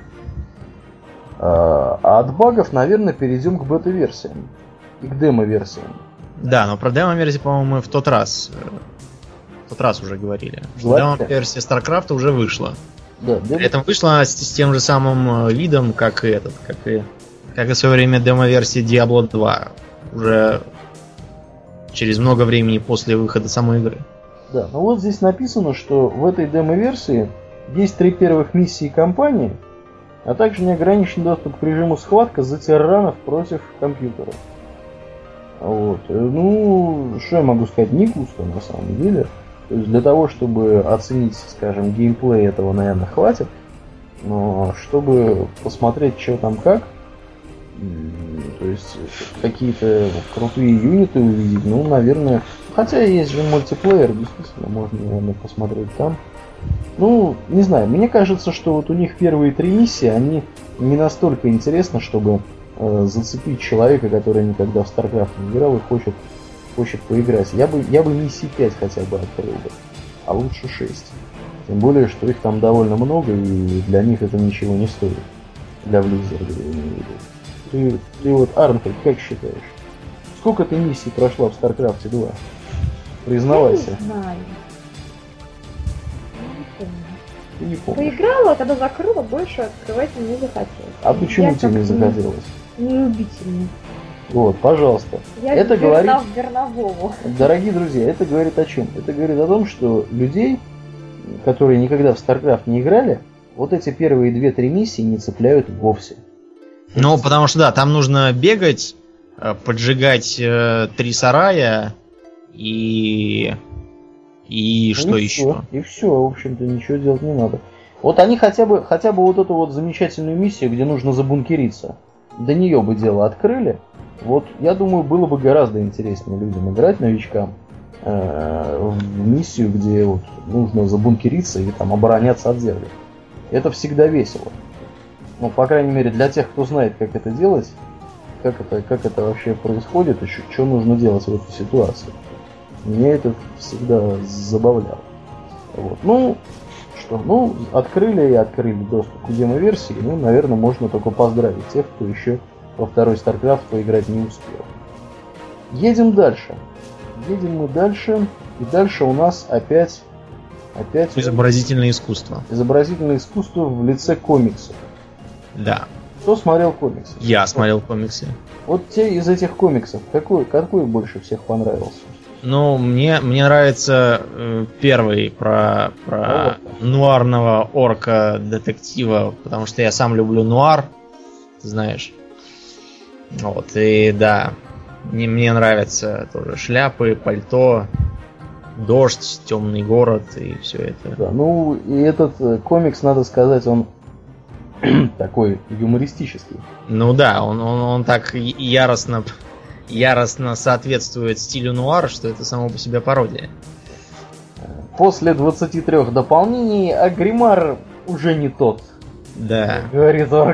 А от багов, наверное, перейдем к бета-версиям и к демо-версиям. Да, но про демо-версии, по-моему, мы в тот раз уже говорили. Демо-версия StarCraft уже вышла. Да, при этом вышла с тем же самым видом, как и в свое время демо-версия Diablo 2. Уже через много времени после выхода самой игры. Да, но вот здесь написано, что в этой демо-версии есть 3 первых миссии кампании, а также неограниченный доступ к режиму схватка за тиранов против компьютера. Вот. Ну, что я могу сказать, не густо на самом деле. То есть для того, чтобы оценить, скажем, геймплей этого, наверное, хватит. Но чтобы посмотреть, что там как, то есть какие-то крутые юниты увидеть, ну, наверное... Хотя есть же мультиплеер, действительно, можно, наверное, посмотреть там. Ну, не знаю, мне кажется, что вот у них первые 3 миссии, они не настолько интересны, чтобы зацепить человека, который никогда в StarCraft не играл и хочет поиграть. Я бы миссии 5 хотя бы открыл бы, а лучше 6. Тем более, что их там довольно много, и для них это ничего не стоит. Для Blizzard, я имею в виду. Ты вот, Арнхольд, как считаешь? Сколько ты миссий прошла в StarCraft 2? Признавайся. Я не знаю. Ты не помнишь. Поиграла, когда закрыла, больше открывать не захотелось. А почему тебе не захотелось? Нелюбительно. Вот, пожалуйста. Я это говорит... Верновому. Дорогие друзья, это говорит о чем? Это говорит о том, что людей, которые никогда в StarCraft не играли, вот эти первые 2-3 миссии не цепляют вовсе. Ну, потому что, да, там нужно бегать, поджигать 3 сарая и что еще? И все, в общем-то, ничего делать не надо. Вот они хотя бы вот эту вот замечательную миссию, где нужно забункериться, до нее бы дело открыли. Вот, я думаю, было бы гораздо интереснее людям играть, новичкам, в миссию, где вот нужно забункериться и там обороняться от зерга. Это всегда весело. Ну, по крайней мере, для тех, кто знает, как это делать, как это вообще происходит, еще что нужно делать в этой ситуации. Меня это всегда забавляло. Вот. Ну, что, ну, открыли доступ к демо-версии, ну, наверное, можно только поздравить тех, кто еще во второй StarCraft поиграть не успел. Едем дальше. Едем мы дальше, и дальше у нас опять изобразительное искусство. Изобразительное искусство в лице комиксов. Да. Кто смотрел комиксы? Я смотрел комиксы. Вот те из этих комиксов, какой больше всех понравился? Ну, мне нравится первый про нуарного орка-детектива, потому что я сам люблю нуар, ты знаешь. Вот, и да, мне нравятся тоже шляпы, пальто, дождь, темный город и все это. Да, ну и этот комикс, надо сказать, он такой юмористический. Ну да, он так яростно соответствует стилю нуар, что это само по себе пародия. После 23 дополнений Агримар уже не тот. Да. Говорит орк.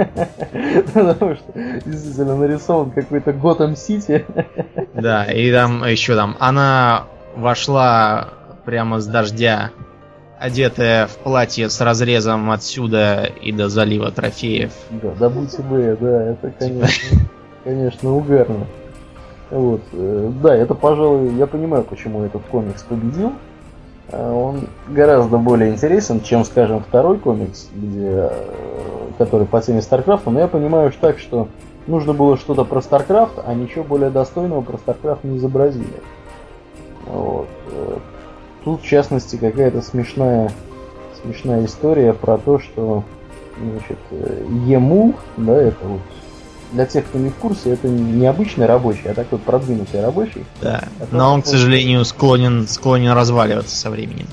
Потому что действительно нарисован какой-то Готэм-Сити. Да, и там еще она вошла прямо с дождя, одетая в платье с разрезом отсюда и до залива трофеев. Да, добудьте бы, да, это, конечно, угарно. Вот. Да, это, пожалуй, я понимаю, почему этот комикс победил. Он гораздо более интересен, чем, скажем, второй комикс, который по теме StarCraft, но я понимаю так, что нужно было что-то про StarCraft, а ничего более достойного про StarCraft не изобразили. Вот. Тут, в частности, какая-то смешная история про то, что, значит, Ему, да, это вот, для тех, кто не в курсе, это не обычный рабочий, а такой продвинутый рабочий. Да, но он, к сожалению, склонен разваливаться со временем.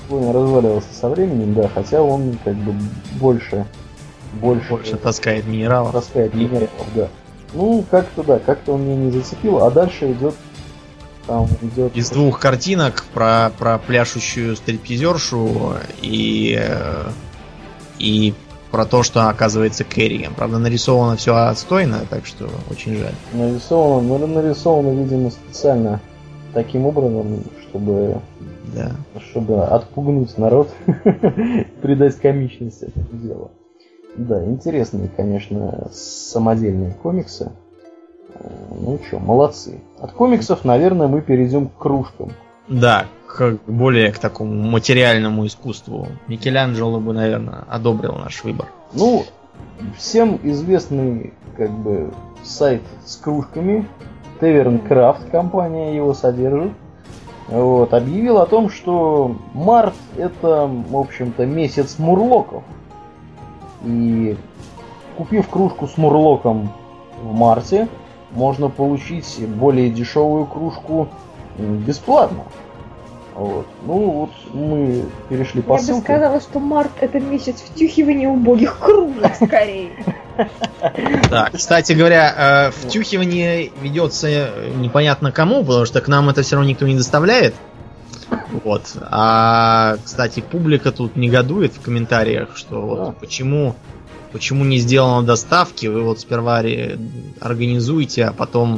Да, хотя он как бы больше таскает минералов. Да. Ну, как-то он меня не зацепил, а дальше идет. Из двух картинок про пляшущую стриптизершу и про то, что оказывается Керриган. Правда, нарисовано все отстойно, так что очень жаль. Нарисовано, видимо, специально таким образом, чтобы отпугнуть народ, придать комичность этому делу. Да, интересные, конечно, самодельные комиксы. Ну что, молодцы. От комиксов, наверное, мы перейдем к кружкам. Да, более к такому материальному искусству. Микеланджело бы, наверное, одобрил наш выбор. Ну, всем известный как бы сайт с кружками, Tavern Craft, компания его содержит, вот, объявил о том, что март это, в общем-то, месяц мурлоков. И купив кружку с мурлоком в марте, можно получить более дешевую кружку бесплатно. Вот. Ну вот мы перешли по ссылке. Я бы сказала, что март это месяц втюхивания убогих кружек скорее. Да, кстати говоря, втюхивание ведется непонятно кому, потому что к нам это все равно никто не доставляет. Вот. А, кстати, публика тут негодует в комментариях, что вот почему не сделано доставки, вы вот сперва организуете, а потом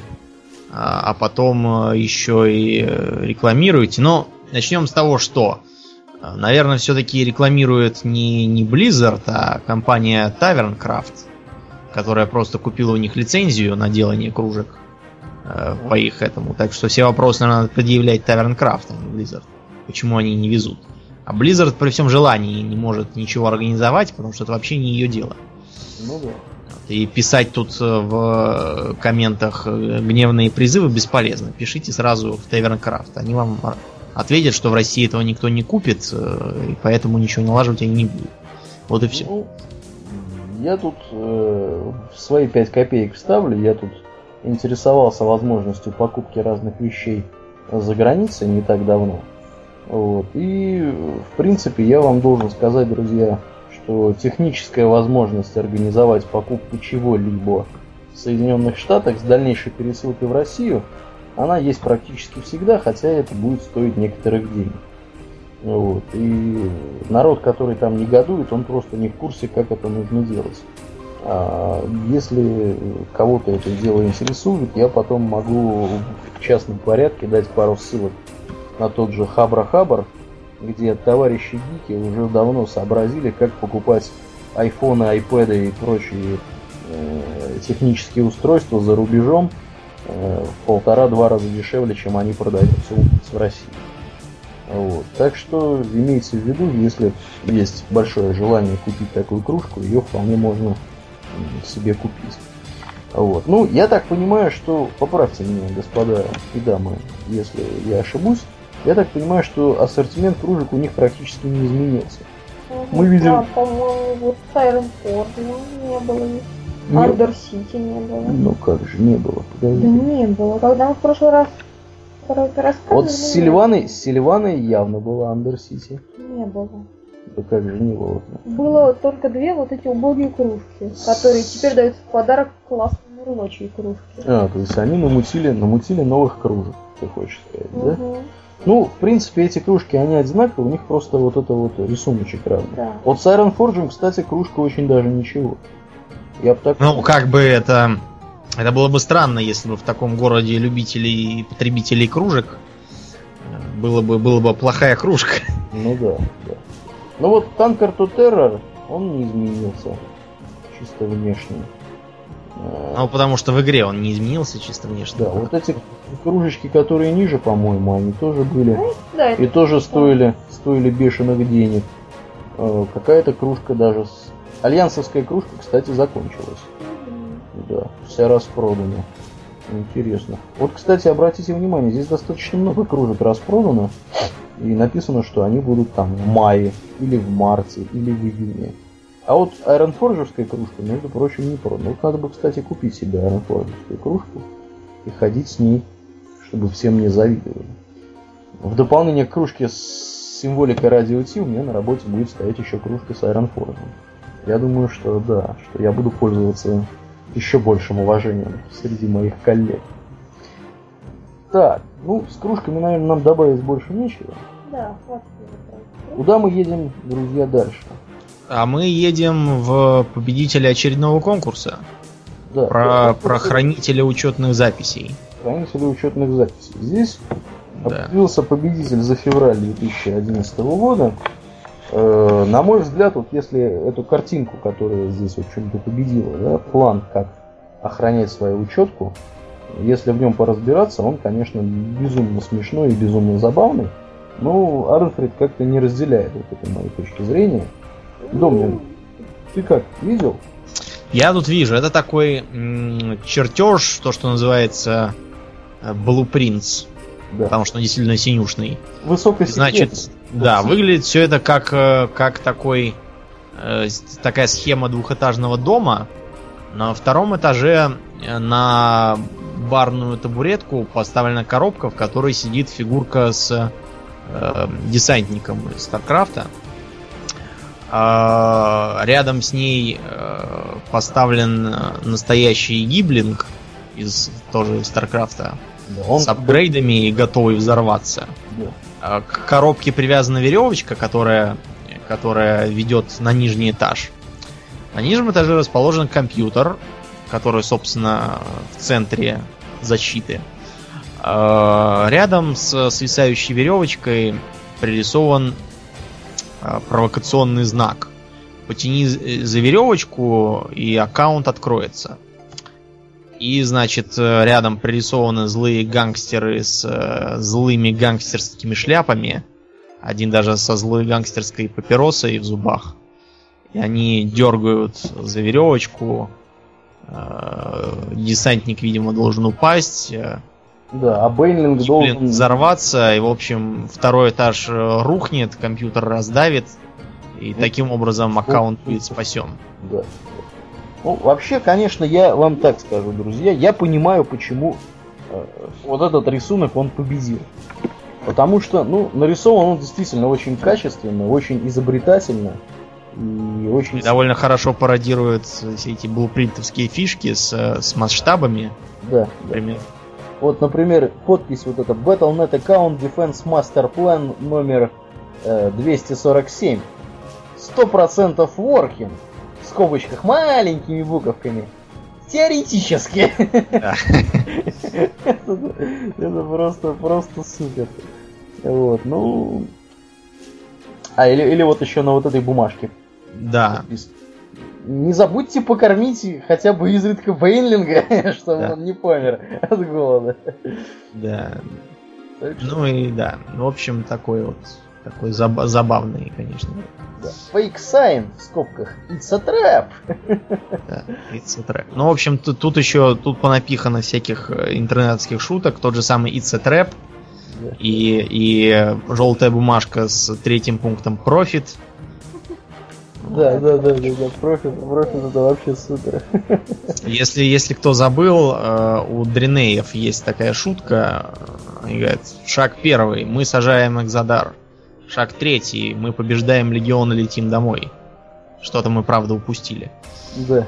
еще и рекламируете. Но начнем с того, что, наверное, все-таки рекламирует не Blizzard, а компания Tavern Craft, которая просто купила у них лицензию на делание кружек по их этому. Так что все вопросы, наверное, надо предъявлять Tavern Craft, а не Blizzard. Почему они не везут. А Blizzard при всем желании не может ничего организовать, потому что это вообще не ее дело. Ну да. И писать тут в комментах гневные призывы бесполезно. Пишите сразу в Tavern Craft. Они вам ответят, что в России этого никто не купит, и поэтому ничего налаживать они не будут. Вот и все. Ну, я тут свои 5 копеек вставлю. Я тут интересовался возможностью покупки разных вещей за границей не так давно. Вот. И, в принципе, я вам должен сказать, друзья, что техническая возможность организовать покупку чего-либо в Соединенных Штатах с дальнейшей пересылкой в Россию, она есть практически всегда, хотя это будет стоить некоторых денег. Вот. И народ, который там негодует, он просто не в курсе, как это нужно делать. Если кого-то это дело интересует, я потом могу в частном порядке дать пару ссылок на тот же Хабра-Хабр, где товарищи гики уже давно сообразили, как покупать айфоны, айпэды и прочие технические устройства за рубежом в 1,5-2 раза дешевле, чем они продаются в России. Вот. Так что имейте в виду, если есть большое желание купить такую кружку, ее вполне можно себе купить. Вот. Ну, я так понимаю, что, поправьте меня, господа и дамы, если я ошибусь, я так понимаю, что ассортимент кружек у них практически не изменился. Мы видим... Да, по-моему, вот Siren Ford не было. Андер Сити не было. Ну как же, не было. Подожди. Да не было. Когда мы в прошлый раз рассказывали... Вот с Сильваной явно было Андер Сити. Не было. Да как же не было? Было только две вот эти убогие кружки, которые теперь даются в подарок классные рабочие кружки. То есть они намутили новых кружек, ты хочешь сказать, да? Ну, в принципе, эти кружки, они одинаковые, у них просто вот это вот рисуночек разный. Да. Вот с Iron Forge, кстати, кружка очень даже ничего. Я бы так... Ну, как бы это было бы странно, если бы в таком городе любителей и потребителей кружек была бы плохая кружка. Ну да. Ну вот Conquer to Terror, он не изменился чисто внешне. Ну, потому что в игре он не изменился чисто внешне. Да, вот эти кружечки, которые ниже, по-моему, они тоже были. Да, и тоже стоили бешеных денег. Какая-то кружка даже... Альянсовская кружка, кстати, закончилась. Да, вся распродана. Интересно. Вот, кстати, обратите внимание, здесь достаточно много кружек распродано. И написано, что они будут там в мае, или в марте, или в июне. А вот Ironforge'овская кружка, между прочим, не продана. Вот надо бы, кстати, купить себе Ironforge'овскую кружку и ходить с ней, чтобы все мне завидовали. В дополнение к кружке с символикой Radio T у меня на работе будет стоять еще кружка с Ironforge'ом. Я думаю, что да, что я буду пользоваться еще большим уважением среди моих коллег. Так, ну, с кружками, наверное, нам добавить больше нечего. Да, хватит. Куда мы едем, друзья, дальше? А мы едем в победителя очередного конкурса. Да, про хранителя учетных записей. Хранителя учетных записей. Здесь определился победитель за февраль 2011 года. На мой взгляд, вот если эту картинку, которая здесь, в общем-то, победила, да, план, как охранять свою учетку, если в нем поразбираться, он, конечно, безумно смешной и безумно забавный. Но Арнфрид как-то не разделяет вот этой моей точки зрения. Домнин, ты как, видел? Я тут вижу, это такой чертеж, то, что называется blueprints. Да. Потому что он действительно синюшный. Значит, да, выглядит все это как такая схема двухэтажного дома. На втором этаже на барную табуретку поставлена коробка, в которой сидит фигурка с десантником из Старкрафта. Рядом с ней поставлен настоящий гиблинг из Старкрафта. Да, с апгрейдами и готовый взорваться. Да. К коробке привязана веревочка, которая ведет на нижний этаж. На нижнем этаже расположен компьютер, который, собственно, в центре защиты. Рядом с свисающей веревочкой пририсован провокационный знак. Потяни за веревочку, и аккаунт откроется. И, значит, рядом пририсованы злые гангстеры с злыми гангстерскими шляпами. Один даже со злой гангстерской папиросой в зубах. И они дергают за веревочку. Десантник, видимо, должен упасть. Да, а Бейнлинг должен взорваться. И, в общем, второй этаж рухнет, компьютер раздавит. И таким образом аккаунт будет спасен. Да. Ну, вообще, конечно, я вам так скажу, друзья, я понимаю, почему вот этот рисунок, он победил. Потому что, нарисован он действительно очень качественно, очень изобретательно. И очень... довольно хорошо пародирует все эти блупринтовские фишки с масштабами. Да. Например. Вот, например, подпись вот эта Battle.net Account Defense Master Plan номер 247. 100% working. В скобочках маленькими буковками. Теоретически. Да. Это просто супер. Вот, ну... или вот еще на вот этой бумажке. Да. Не забудьте покормить хотя бы изредка Бейнлинга, чтобы он не помер от голода. Да. Ну и да. В общем, такой забавный, конечно. Да. Fake sign, в скобках, it's a trap. Да, it's a trap. Ну, в общем, тут понапихано всяких интернетских шуток. Тот же самый it's a trap. Да. И желтая бумажка с 3-м пунктом profit. Да, профит это вообще супер. Если кто забыл, у Дринеев есть такая шутка. Они говорят, шаг 1, мы сажаем Экзодар. Шаг 3, мы побеждаем Легион и летим домой. Что-то мы, правда, упустили. Да.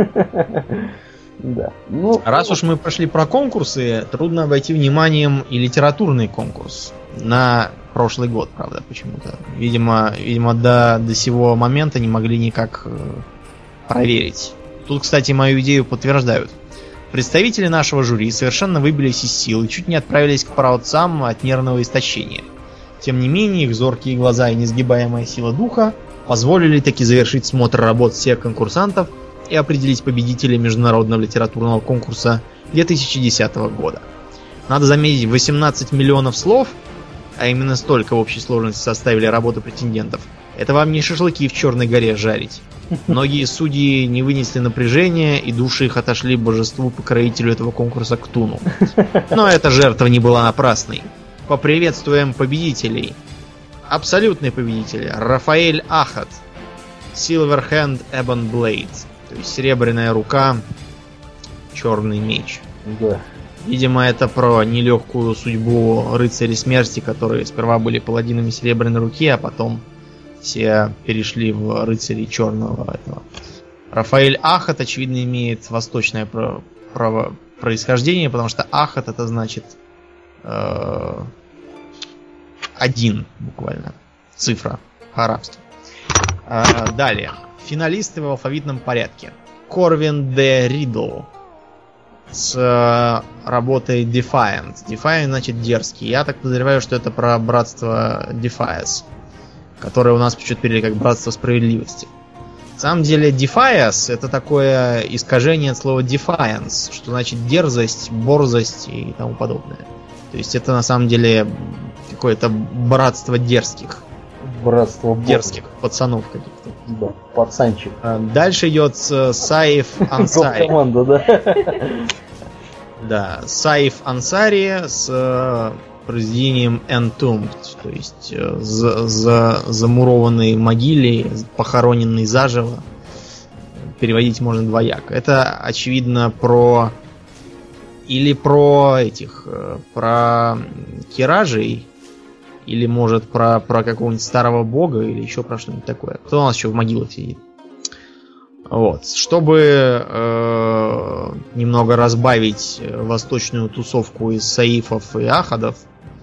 Да. Ну, раз уж мы прошли про конкурсы, трудно обойти вниманием и литературный конкурс. На прошлый год, правда, почему-то. Видимо, до сего момента не могли никак проверить. Тут, кстати, мою идею подтверждают. Представители нашего жюри совершенно выбились из сил и чуть не отправились к праотцам от нервного истощения. Тем не менее, их зоркие глаза и несгибаемая сила духа позволили таки завершить смотр работ всех конкурсантов и определить победителя международного литературного конкурса 2010 года. Надо заметить, 18 миллионов слов, а именно столько в общей сложности составили работы претендентов, это вам не шашлыки в Черной горе жарить. Многие судьи не вынесли напряжения, и души их отошли божеству-покровителю этого конкурса Ктуну. Но эта жертва не была напрасной. Поприветствуем победителей. Абсолютный победитель Рафаэль Ахат, Silverhand Ebon Blade, то есть серебряная рука, черный меч. Да. Видимо, это про нелегкую судьбу рыцарей смерти, которые сперва были паладинами серебряной руки, а потом все перешли в рыцарей черного этого. Рафаэль Ахат, очевидно, имеет восточное происхождение, потому что Ахат это значит 1 буквально. Цифра по-арабски. Далее. Финалисты в алфавитном порядке. Корвин Де Ридл с работой Defiant. Defiant значит дерзкий. Я так подозреваю, что это про братство Defias, которое у нас почему-то перевели как братство справедливости. На самом деле Defias это такое искажение от слова Defiance, что значит дерзость, борзость и тому подобное. То есть это на самом деле какое-то братство дерзких. Братство дерзких пацанов каких-то. Да, пацанчик. Дальше идет Саиф Ансари. Команда, да. Да, Саиф Ансари с произведением Entombed, то есть замурованный в могиле, похороненный заживо. Переводить можно двояко. Это, очевидно, про киражей, или, может, про какого-нибудь старого бога, или еще про что-нибудь такое. Кто у нас еще в могилах сидит? Вот. Чтобы немного разбавить восточную тусовку из саифов и ахадов,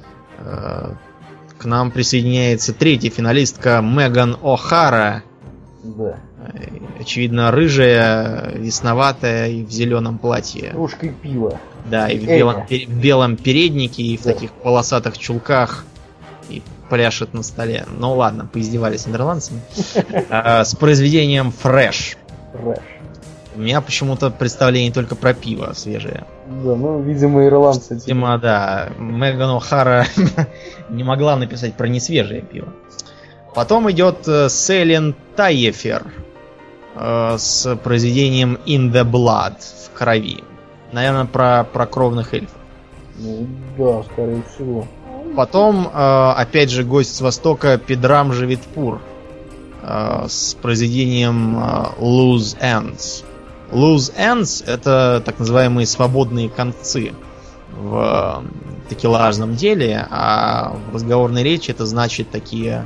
к нам присоединяется третья финалистка Меган О'Хара. Да. Очевидно, рыжая, весноватая и в зеленом платье. Кружкой пива. Да, и в белом переднике, и в таких полосатых чулках. И пляшет на столе. Ну ладно, поиздевались над ирландцами. С произведением Fresh. У меня почему-то представление только про пиво свежее. Да, ну, видимо, ирландцы. Видимо, да. Меган О'Хара не могла написать про несвежее пиво. Потом идет Селин Тайефер с произведением In the Blood, в крови. Наверное, про кровных эльфов. Ну, да, скорее всего. Потом, опять же, гость с Востока Педрам Живитпур с произведением Loose Ends. Loose Ends — это так называемые свободные концы в такелажном деле, а в разговорной речи это значит такие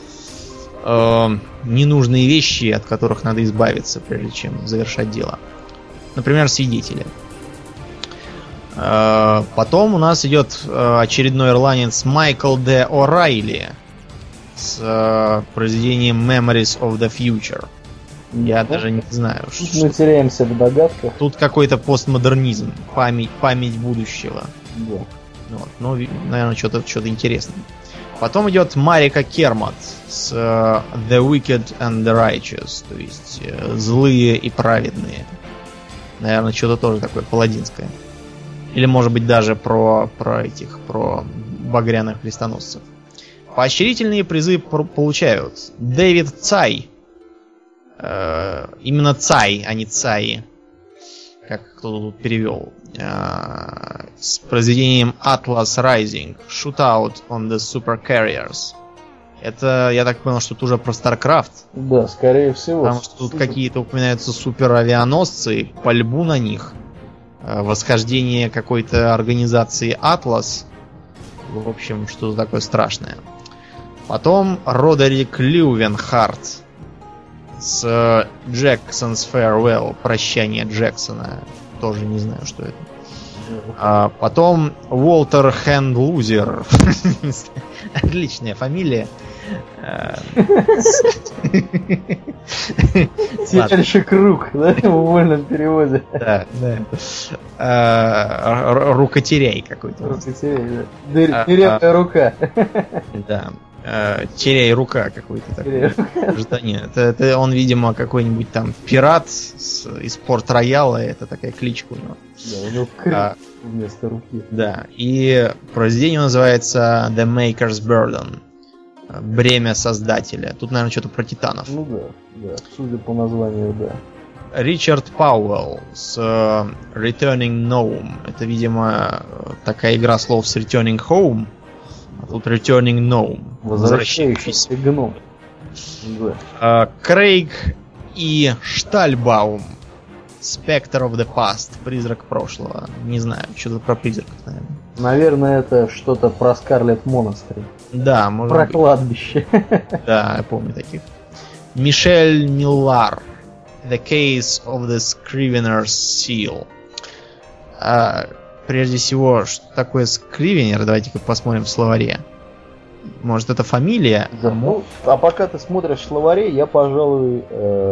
ненужные вещи, от которых надо избавиться, прежде чем завершать дело. Например, свидетели. Потом у нас идет очередной ирландец Майкл Де О'Райли с произведением Memories of the Future. Я даже не знаю. Мы теряемся в догадках. Тут какой-то постмодернизм, память будущего. Да. Вот. Ну, наверное, что-то интересное. Потом идет Марика Кермат с The Wicked and the Righteous, то есть злые и праведные. Наверное, что-то тоже такое паладинское. Или, может быть, даже про багряных крестоносцев. Поощрительные призы получают Дэвид Цай. Именно Цай, а не Цаи, как кто-то тут перевел. С произведением Atlas Rising, Shootout on the Supercarriers. Это, я так понял, что это уже про StarCraft. Да, скорее всего. Потому что тут какие-то упоминаются суперавианосцы, пальбу на них, восхождение какой-то организации Atlas. В общем, что-то такое страшное. Потом Родерик Лювенхарт с Jackson's Farewell, прощание Джексона. Тоже не знаю, что это. А потом Уолтер Хендлузер. Отличная фамилия. Теряльщик рук, да, в вольном переводе. Да, да. Рукотеряй какой-то. Рукотеряй, да. Деревная рука. Да. Теряй рука какой-то такой. Нет, это он, видимо, какой-нибудь там пират из Порт-Рояла. Это такая кличка у него. Да, у него крик вместо руки. Да. И произведение называется The Maker's Burden. Бремя создателя. Тут, наверное, что-то про титанов. Ну да, судя по названию, да. Ричард Пауэлл с Returning Gnome. Это, видимо, такая игра слов с Returning Home. А тут Returning Gnome. Возвращающийся гном. Да. Крейг и Штальбаум. Spectre of the Past. Призрак прошлого. Не знаю, что-то про призраков, наверное. Наверное, это что-то про Скарлетт Монастырь. Да, может про быть. Кладбище. Да, я помню таких. Мишель Миллар. The Case of the Scrivener's Seal. Прежде всего, что такое скривенер? Давайте-ка посмотрим в словаре. Может, это фамилия? Да, ну, а пока ты смотришь в словаре, я, пожалуй,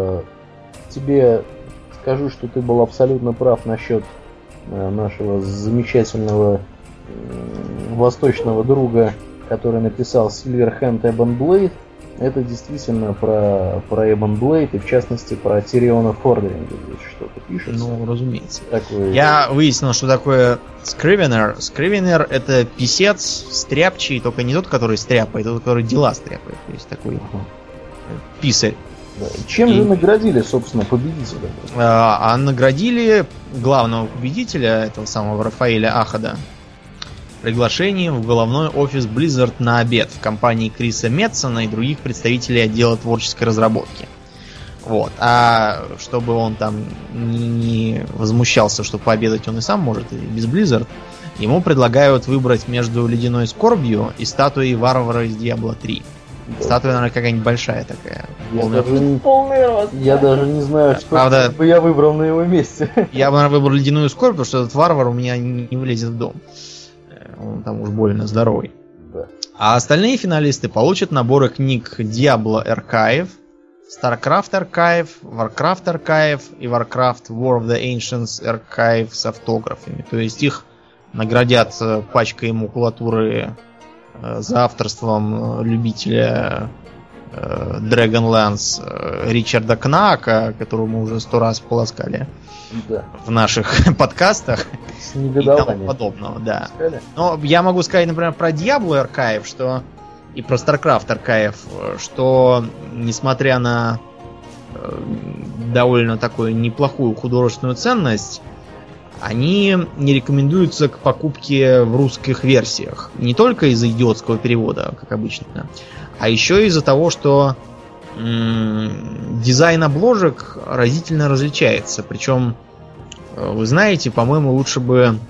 тебе скажу, что ты был абсолютно прав насчет нашего замечательного восточного друга, который написал Silverhand Ebon Blade. Это действительно про Ebon Blade, и в частности про Тириона Фордеринга здесь что-то пишется. Ну, разумеется. Такое... Я выяснил, что такое скривенер. Скривенер — это писец стряпчий, только не тот, который стряпает, а тот, который дела стряпает. То есть такой писарь. Да. Чем же наградили, собственно, победителя? А наградили главного победителя, этого самого Рафаэля Ахада, приглашением в головной офис Blizzard на обед в компании Криса Метсона и других представителей отдела творческой разработки. Вот. А чтобы он там не возмущался, что пообедать он и сам может, и без Blizzard, ему предлагают выбрать между Ледяной Скорбью и статуей варвара из Diablo 3. Да. Статуя, наверное, какая-нибудь большая такая. Полный рост. Я даже не знаю, что правда, бы я выбрал на его месте. Я бы, наверное, выбрал Ледяную Скорбь, потому что этот варвар у меня не влезет в дом. Он там уж больно здоровый. Да. А остальные финалисты получат наборы книг Diablo Archive, StarCraft Archive, Warcraft Archive и Warcraft War of the Ancients Archive с автографами. То есть их наградят пачкой макулатуры за авторством любителя Dragonlance Ричарда Кнака, которого мы уже 100 раз полоскали в наших подкастах и тому подобного, да. Но я могу сказать, например, про Diablo Archive, что и про StarCraft Archive, что несмотря на довольно такую неплохую художественную ценность, они не рекомендуются к покупке в русских версиях. Не только из-за идиотского перевода, как обычно, а еще из-за того, что дизайн обложек разительно различается. Причем, вы знаете, по-моему, лучше бы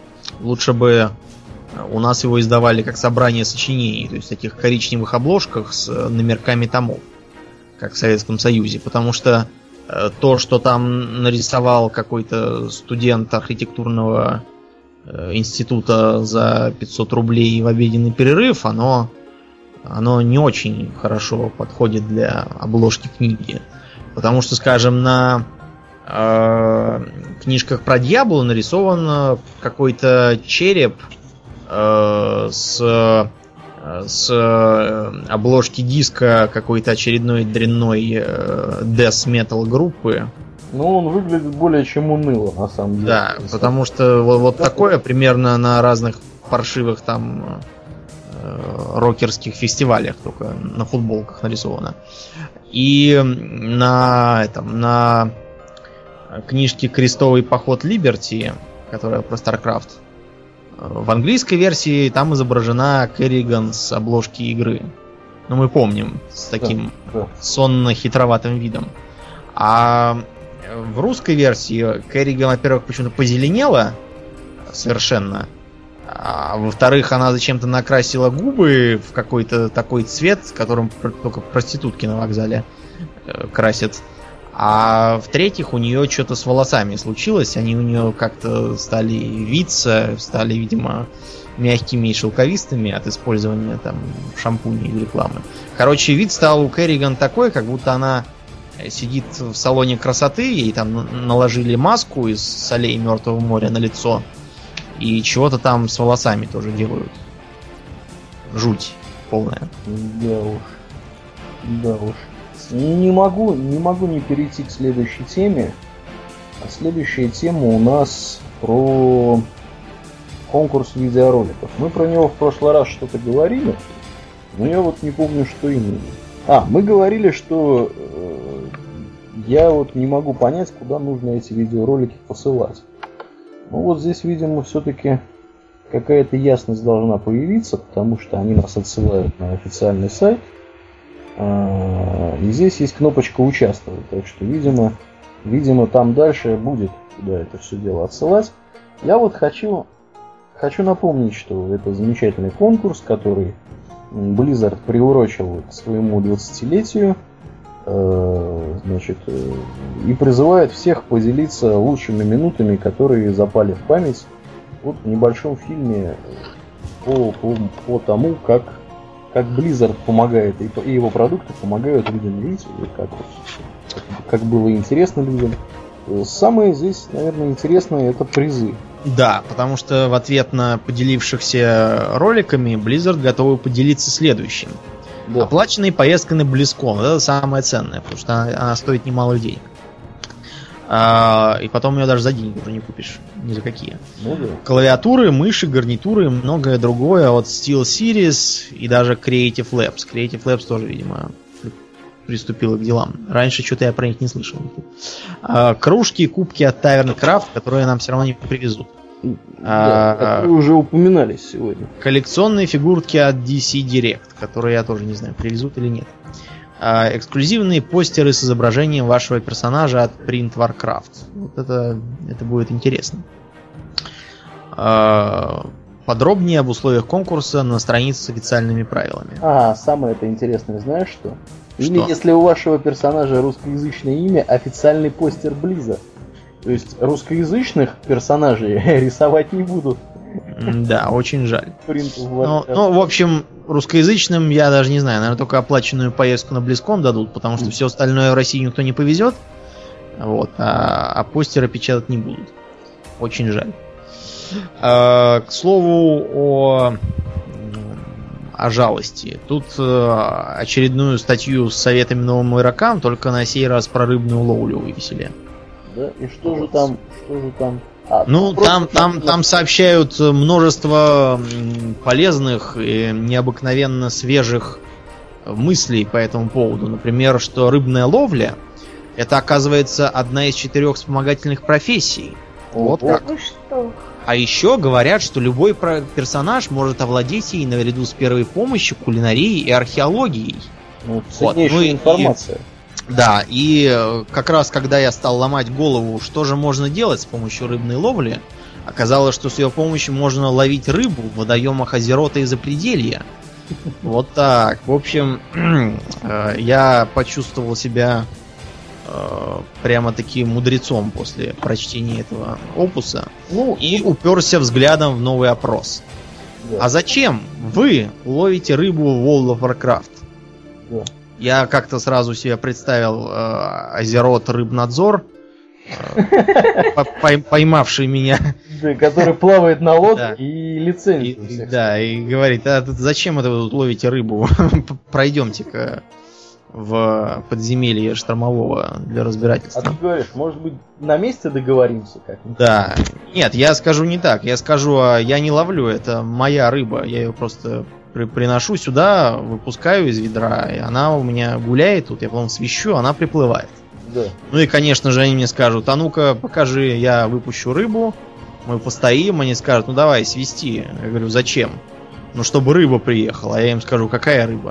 у нас его издавали как собрание сочинений, то есть в таких коричневых обложках с номерками томов, как в Советском Союзе, потому что то, что там нарисовал какой-то студент архитектурного института за 500 рублей в обеденный перерыв, оно оно не очень хорошо подходит для обложки книги. Потому что, скажем, на книжках про Дьябло нарисован какой-то череп с обложки диска какой-то очередной дрянной death metal группы. Ну, он выглядит более чем уныло, на самом деле. Да, потому что вот такое примерно на разных паршивых там рокерских фестивалях только на футболках нарисовано. И на книжке «Крестовый поход Либерти», которая про StarCraft, в английской версии там изображена Керриган с обложки игры. Ну, мы помним, с таким сонно-хитроватым видом. А в русской версии Керриган, во-первых, почему-то позеленела совершенно. А во-вторых, она зачем-то накрасила губы в какой-то такой цвет, которым только проститутки на вокзале красят. А в-третьих, у нее что-то с волосами случилось. Они у нее как-то стали виться, стали, видимо, мягкими и шелковистыми от использования там шампуней или рекламы. Короче, вид стал у Керриган такой, как будто она сидит в салоне красоты, ей там наложили маску из солей Мертвого моря на лицо. И чего-то там с волосами тоже делают. Жуть полная. Да уж. Не могу не перейти к следующей теме. А следующая тема у нас про конкурс видеороликов. Мы про него в прошлый раз что-то говорили, но я вот не помню, что именно. Мы говорили, что я вот не могу понять, куда нужно эти видеоролики посылать. Ну вот здесь, видимо, все-таки какая-то ясность должна появиться, потому что они нас отсылают на официальный сайт. И здесь есть кнопочка «Участвовать». Так что, видимо, там дальше будет куда это все дело отсылать. Я вот хочу напомнить, что это замечательный конкурс, который Blizzard приурочил к своему 20-летию. Значит, и призывает всех поделиться лучшими минутами, которые запали в память вот в небольшом фильме по тому, как Blizzard помогает и его продукты помогают людям жить, и как было интересно людям. Самое здесь, наверное, интересное — это призы. Да, потому что в ответ на поделившихся роликами Blizzard готовы поделиться следующим. Да. Оплаченной поездкой на BlizzCon. Это самое ценное, потому что она стоит немало денег. И потом ее даже за деньги уже не купишь. Ни за какие. Ну, да. Клавиатуры, мыши, гарнитуры и многое другое от SteelSeries и даже Creative Labs. Creative Labs тоже, видимо, приступила к делам. Раньше что-то я про них не слышал. Кружки и кубки от Tavern Craft, которые нам все равно не привезут. Да, уже упоминались сегодня. Коллекционные фигурки от DC Direct, которые я тоже не знаю, привезут или нет. Эксклюзивные постеры с изображением вашего персонажа от Print Warcraft. Вот это будет интересно. Подробнее об условиях конкурса на странице с официальными правилами. Самое это интересное, знаешь что? Или если у вашего персонажа русскоязычное имя, официальный постер Blizzard. То есть русскоязычных персонажей рисовать не будут. Да, очень жаль. Ну, в общем, русскоязычным я даже не знаю, наверное, только оплаченную поездку на BlizzCon дадут, потому что все остальное в России никто не повезет. Вот, а постеры печатать не будут. Очень жаль. К слову о жалости. Тут очередную статью с советами новым игрокам, только на сей раз про рыбную ловлю вывесили. Да, и что же там? Там сообщают множество полезных и необыкновенно свежих мыслей по этому поводу. Например, что рыбная ловля — это, оказывается, одна из 4 вспомогательных профессий. Вот как. А еще говорят, что любой персонаж может овладеть ей наряду с первой помощью, кулинарией и археологией. Ценнейшая информация. Да, и как раз когда я стал ломать голову, что же можно делать с помощью рыбной ловли, оказалось, что с ее помощью можно ловить рыбу в водоемах Азерота и Запределья. Вот так. В общем, я почувствовал себя прямо-таки мудрецом после прочтения этого опуса и уперся взглядом в новый опрос. Да. А зачем вы ловите рыбу в World of Warcraft? Да. Я как-то сразу себе представил Азерот Рыбнадзор, поймавший меня. Да, который плавает на лодке и лицензию. Да, и говорит, а зачем это вы тут ловите рыбу? Пройдемте-ка в подземелье штормового для разбирательства. А ты говоришь, может быть, на месте договоримся как-нибудь? Да. Нет, я скажу не так. Я скажу, я не ловлю, это моя рыба. Я ее просто приношу сюда, выпускаю из ведра, и она у меня гуляет тут, я потом свищу, она приплывает. Да. Ну и, конечно же, они мне скажут, а ну-ка, покажи, я выпущу рыбу, мы постоим, они скажут, ну давай, свисти. Я говорю, зачем? Ну, чтобы рыба приехала. А я им скажу, какая рыба?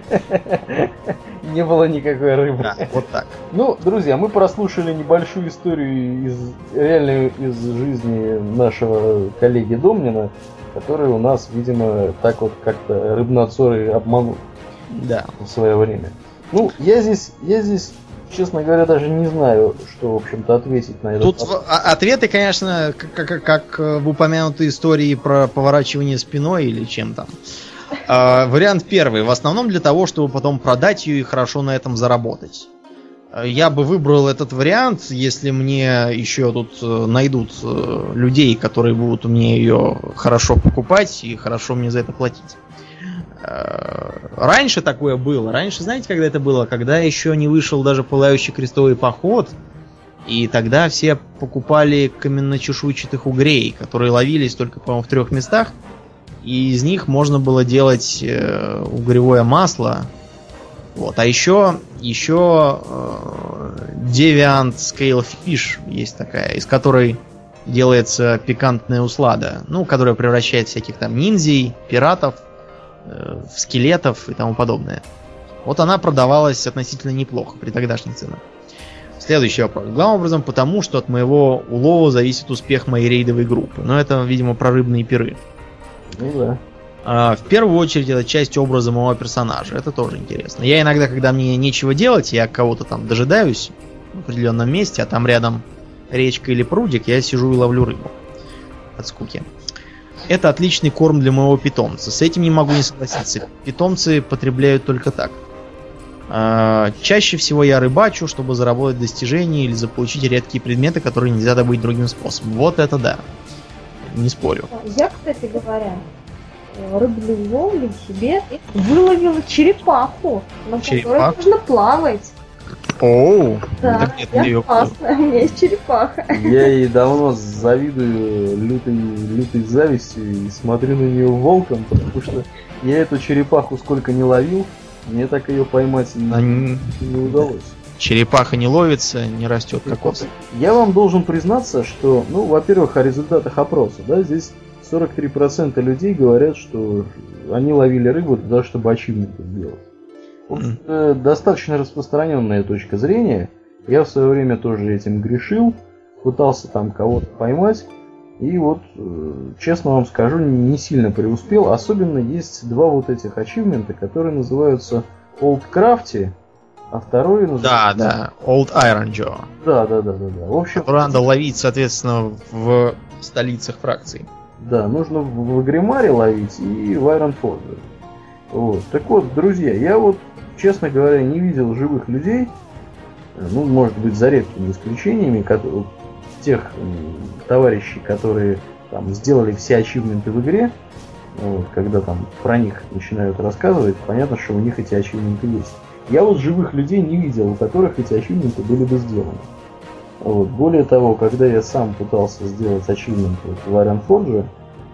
Не было никакой рыбы. Да, вот так. Ну, друзья, мы прослушали небольшую историю из жизни нашего коллеги Домнина, который у нас, видимо, так вот как-то Рыбнадзор обманул. Да. В свое время. Ну, я здесь, честно говоря, даже не знаю, что, в общем-то, ответить на это. Тут ответы, конечно, как в упомянутой истории про поворачивание спиной или чем там. Вариант первый. В основном для того, чтобы потом продать ее и хорошо на этом заработать. Я бы выбрал этот вариант, если мне еще тут найдут людей, которые будут мне ее хорошо покупать и хорошо мне за это платить. Раньше такое было. Раньше, знаете, когда это было? Когда еще не вышел даже Пылающий крестовый поход, и тогда все покупали каменно-чешуйчатых угрей, которые ловились только, по-моему, в 3 местах, и из них можно было делать угревое масло. Вот. А еще Deviant Scale Fish есть такая, из которой делается пикантная услада, ну, которая превращает всяких там ниндзей, пиратов в скелетов и тому подобное. Вот она продавалась относительно неплохо при тогдашних ценах. Следующий вопрос. Главным образом потому, что от моего улова зависит успех моей рейдовой группы. Но это, видимо, про рыбные пиры. Ну да. В первую очередь, это часть образа моего персонажа. Это тоже интересно. Я иногда, когда мне нечего делать, я кого-то там дожидаюсь в определенном месте, а там рядом речка или прудик, я сижу и ловлю рыбу. От скуки. Это отличный корм для моего питомца. С этим не могу не согласиться. Питомцы потребляют только так. Чаще всего я рыбачу, чтобы заработать достижения или заполучить редкие предметы, которые нельзя добыть другим способом. Вот это да. Не спорю. Я, кстати говоря, рыбную ловлю себе выловила черепаху, на которой можно плавать. Оу! Да, я классная, у меня есть черепаха. Я ей давно завидую лютой завистью и смотрю на нее волком, потому что я эту черепаху сколько не ловил, мне так ее поймать не удалось. Черепаха не ловится, не растет кокос. Я вам должен признаться, что, ну, во-первых, о результатах опроса, да, здесь 43% людей говорят, что они ловили рыбу для того, чтобы ачивменты сделать. Вот, достаточно распространенная точка зрения. Я в свое время тоже этим грешил, пытался там кого-то поймать, и вот, честно вам скажу, не сильно преуспел. Особенно есть 2 вот этих ачивмента, которые называются Old Crafty, а второй называется... Да, Old Iron Joe. Да. В общем, который надо ловить, соответственно, в столицах фракций. Да, нужно в Агримаре ловить и в Ironforge. Вот. Так вот, друзья, я вот, честно говоря, не видел живых людей, ну, может быть, за редкими исключениями, тех товарищей, которые там сделали все ачивменты в игре, вот, когда там про них начинают рассказывать, понятно, что у них эти ачивменты есть. Я вот живых людей не видел, у которых эти ачивменты были бы сделаны. Вот. Более того, когда я сам пытался сделать ачивмент в Ironforge,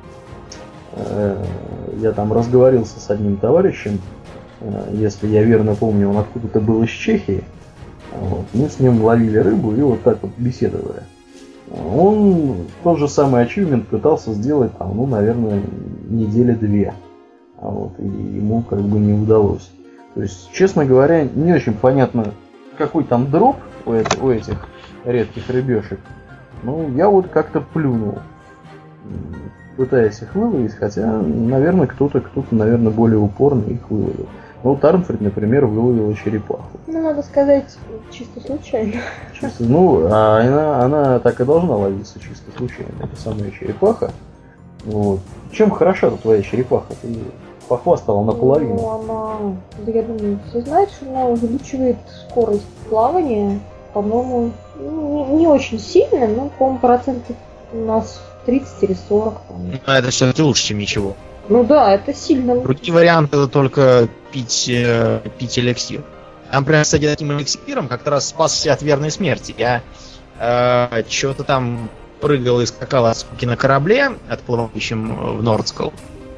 я там разговорился с одним товарищем, если я верно помню, он откуда-то был из Чехии. Вот. Мы с ним ловили рыбу и вот так вот беседовали. Он тот же самый ачивмент пытался сделать там, ну, наверное, недели 2. Вот. И ему как бы не удалось. То есть, честно говоря, не очень понятно, какой там дроп у этих редких рыбешек. Ну, я вот как-то плюнул, пытаясь их выловить, хотя, наверное, кто-то, наверное, более упорно их выловил. Ну, Тарнфрид, например, выловила черепаху. Ну, надо сказать, чисто случайно. Ну, а она так и должна ловиться чисто случайно. Это самая черепаха. Вот. Чем хороша твоя черепаха? Ты похвастала наполовину. Ну, она, да, я думаю, все знают, что она увеличивает скорость плавания, по-моему, не очень сильно, но, по-моему, процентов у нас 30 или 40. Ну, это все-таки лучше, чем ничего. Ну да, это сильно лучше. Другие варианты это только пить эликсир. Я, например, с таким эликсиром как-то раз спасся от верной смерти. Я что-то там прыгал и скакал от скуки на корабле, отплывающем в Нордскол.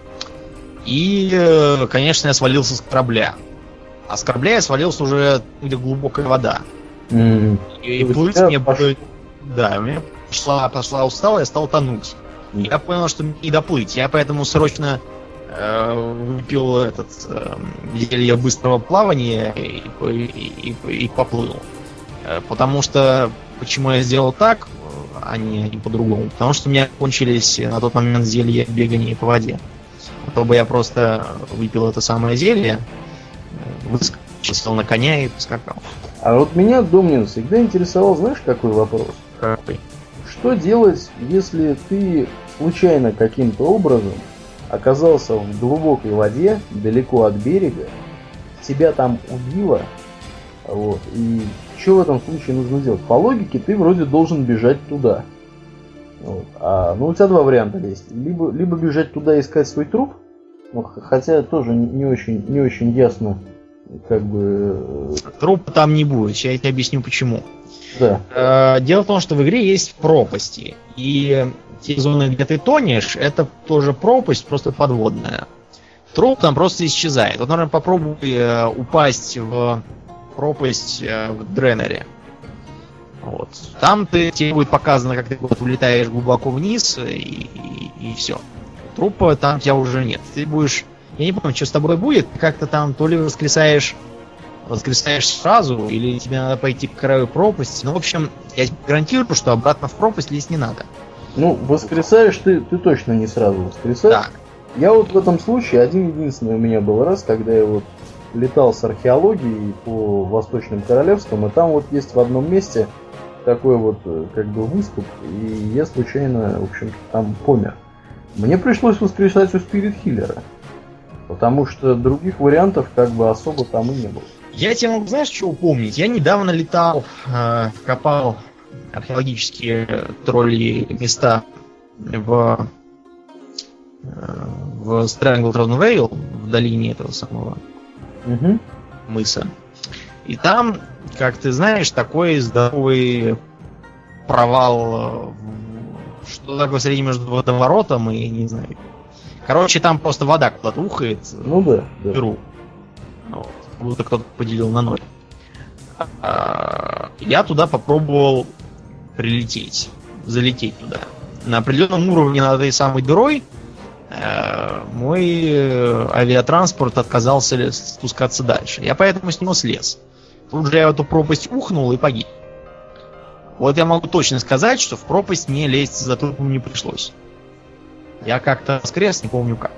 И, конечно, я свалился с корабля. А с корабля я свалился уже, где глубокая вода. И плыть мне было... Да, у меня пошла усталость, я стал тонуть. Я понял, что мне не доплыть. Я поэтому срочно выпил зелье быстрого плавания и поплыл. Потому что... Почему я сделал так, а не по-другому? Потому что у меня кончились на тот момент зелья бегания по воде. А то бы я просто выпил это самое зелье, выскочил, сел на коня и поскакал. А вот меня, Домнин, всегда интересовал, знаешь, какой вопрос? Какой? Что делать, если ты случайно каким-то образом оказался в глубокой воде, далеко от берега, тебя там убило, вот, и что в этом случае нужно делать? По логике ты вроде должен бежать туда. Вот. Ну, у тебя два варианта есть. Либо бежать туда и искать свой труп, ну, хотя тоже не очень ясно, как бы... Трупа там не будет, я тебе объясню почему. Да. Дело в том, что в игре есть пропасти. И те зоны, где ты тонешь, это тоже пропасть, просто подводная. Труп там просто исчезает. Вот, наверное, попробуй упасть в пропасть в Дренере. Вот. Там тебе будет показано, как ты улетаешь глубоко вниз, и все. Трупа там тебя уже нет. Ты будешь... Я не помню, что с тобой будет. Как-то там то ли воскресаешь сразу, или тебе надо пойти к краю пропасти. Ну, в общем, я тебе гарантирую, что обратно в пропасть лезть не надо. Ну, воскресаешь ты точно не сразу воскресаешь. Да. Я вот в этом случае один-единственный у меня был раз, когда я вот летал с археологией по Восточным Королевствам, и там вот есть в одном месте такой вот как бы выступ, и я случайно, в общем-то, там помер. Мне пришлось воскрешать у спирит-хиллера, потому что других вариантов как бы особо там и не было. Я тебе могу, знаешь, что упомнить? Я недавно летал, копал археологические тролли места в Stranglethorn Vale, в долине этого самого мыса. И там, как ты знаешь, такой здоровый провал, что такое среднее между водоворотом и, не знаю. Короче, там просто вода куда-то ухает. Ну да. В дыру. Вот. Будто кто-то поделил на ноль. Я туда попробовал прилететь. Залететь туда. На определенном уровне над этой самой дырой мой авиатранспорт отказался спускаться дальше. Я поэтому с него слез. Тут же я в эту пропасть ухнул и погиб. Вот я могу точно сказать, что в пропасть мне лезть за трупом не пришлось. Я как-то воскрес, не помню как.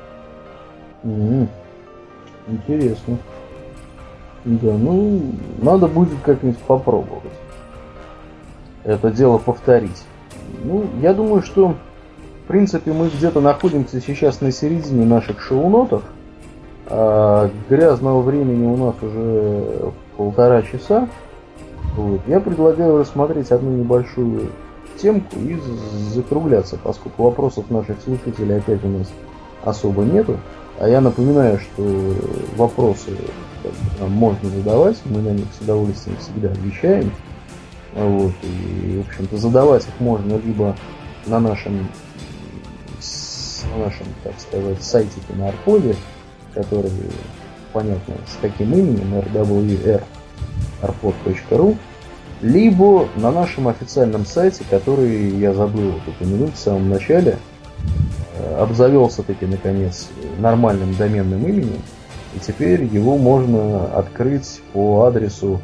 Интересно. Да, ну, надо будет как-нибудь попробовать это дело повторить. Ну, я думаю, что в принципе мы где-то находимся сейчас на середине наших шоу-нотов. Грязного времени у нас уже 1,5 часа. Вот. Я предлагаю рассмотреть одну небольшую темку и закругляться, поскольку вопросов наших слушателей опять у нас особо нету. А я напоминаю, что вопросы нам можно задавать, мы на них с удовольствием всегда отвечаем. Вот. И, в общем-то, задавать их можно либо на нашем, так сказать, сайтике на Арподе, который, понятно, с каким именем, rwr.arpod.ru, либо на нашем официальном сайте, который я забыл упомянуть в самом начале, обзавелся таки наконец нормальным доменным именем, и теперь его можно открыть по адресу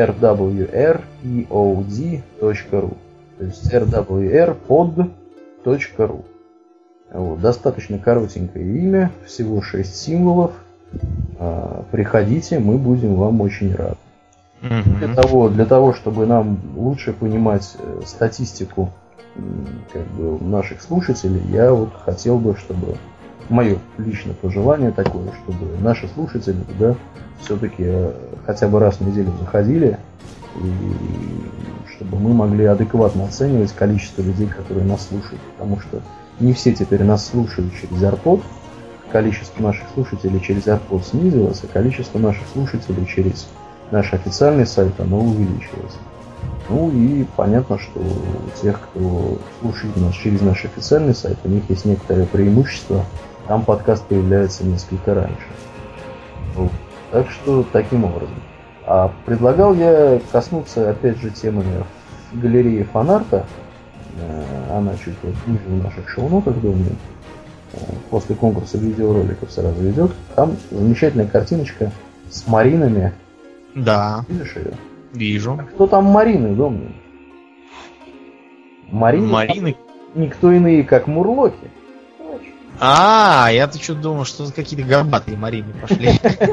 rwrpod.ru, то есть rwrpod.ru. Вот, достаточно коротенькое имя, всего 6 символов. Приходите, мы будем вам очень рады. Для того, чтобы нам лучше понимать статистику как бы наших слушателей, я вот хотел бы, чтобы мое личное пожелание такое, чтобы наши слушатели туда все-таки хотя бы раз в неделю заходили, и чтобы мы могли адекватно оценивать количество людей, которые нас слушают, потому что не все теперь нас слушают через AirPod, количество наших слушателей через AirPod снизилось, а количество наших слушателей через наш официальный сайт, оно увеличилось. Ну и понятно, что у тех, кто слушает нас через наш официальный сайт, у них есть некоторое преимущество, там подкаст появляется несколько раньше. Вот. Так что таким образом. А предлагал я коснуться опять же темы галереи фанарта. Она чуть вот ниже в наших шоу-нотах, думаю. После конкурса видеороликов сразу идет. Там замечательная картиночка с Маринами. Да. Видишь ее? Вижу. А кто там Марины, Домнин? Марины? Никто иные, как Мурлоки. Я-то что-то думал, что какие-то горбатые Марины пошли.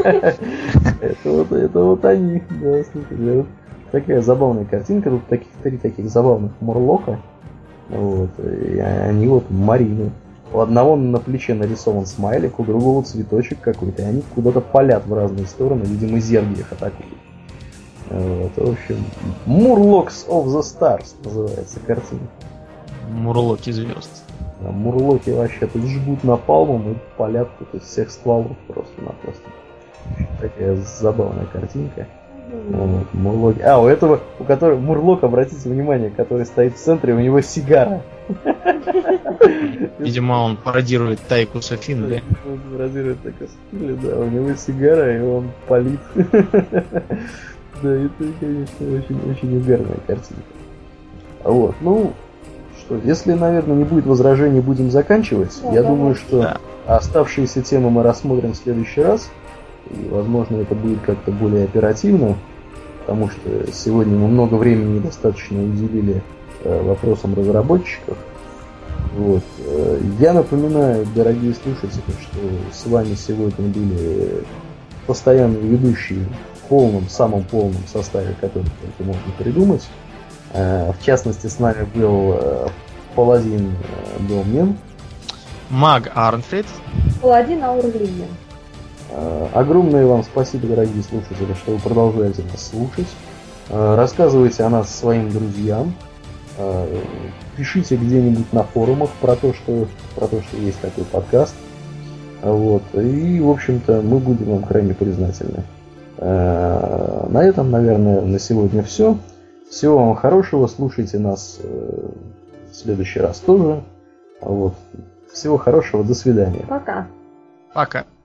Это вот они, да, слушай. Такая забавная картинка, тут три таких забавных Мурлока. Вот, и они вот Марины. У одного на плече нарисован смайлик, у другого цветочек какой-то, и они куда-то палят в разные стороны, видимо, зерги их атакуют. Вот, в общем, Murlocs of the Stars называется картина. Мурлоки звезд. А Мурлоки вообще тут жгут напалмом и палят тут из всех стволов просто-напросто. Такая забавная картинка. Вот, Мурлоки. У этого, у которого Мурлок, обратите внимание, который стоит в центре, у него сигара. Видимо, он пародирует Тайку Софинли. Он пародирует Тайку Софинли, да, у него сигара, и он палит. Да, это, конечно, очень угарная картинка. Вот, ну, что, если, наверное, не будет возражений, будем заканчивать. Я думаю, что оставшиеся темы мы рассмотрим в следующий раз. И, возможно, это будет как-то более оперативно, потому что сегодня мы много времени достаточно уделили вопросам разработчиков. Вот. Я напоминаю, дорогие слушатели, что с вами сегодня были постоянные ведущие в самом полном составе, который только можно придумать. В частности, с нами был Паладин Домнин, Маг Арнфрид, Паладин Аурлиен. Огромное вам спасибо, дорогие слушатели, что вы продолжаете нас слушать. Рассказывайте о нас своим друзьям. Пишите где-нибудь на форумах про то, что есть такой подкаст. Вот. И, в общем-то, мы будем вам крайне признательны. На этом, наверное, на сегодня все. Всего вам хорошего. Слушайте нас в следующий раз тоже. Вот. Всего хорошего. До свидания. Пока. Пока.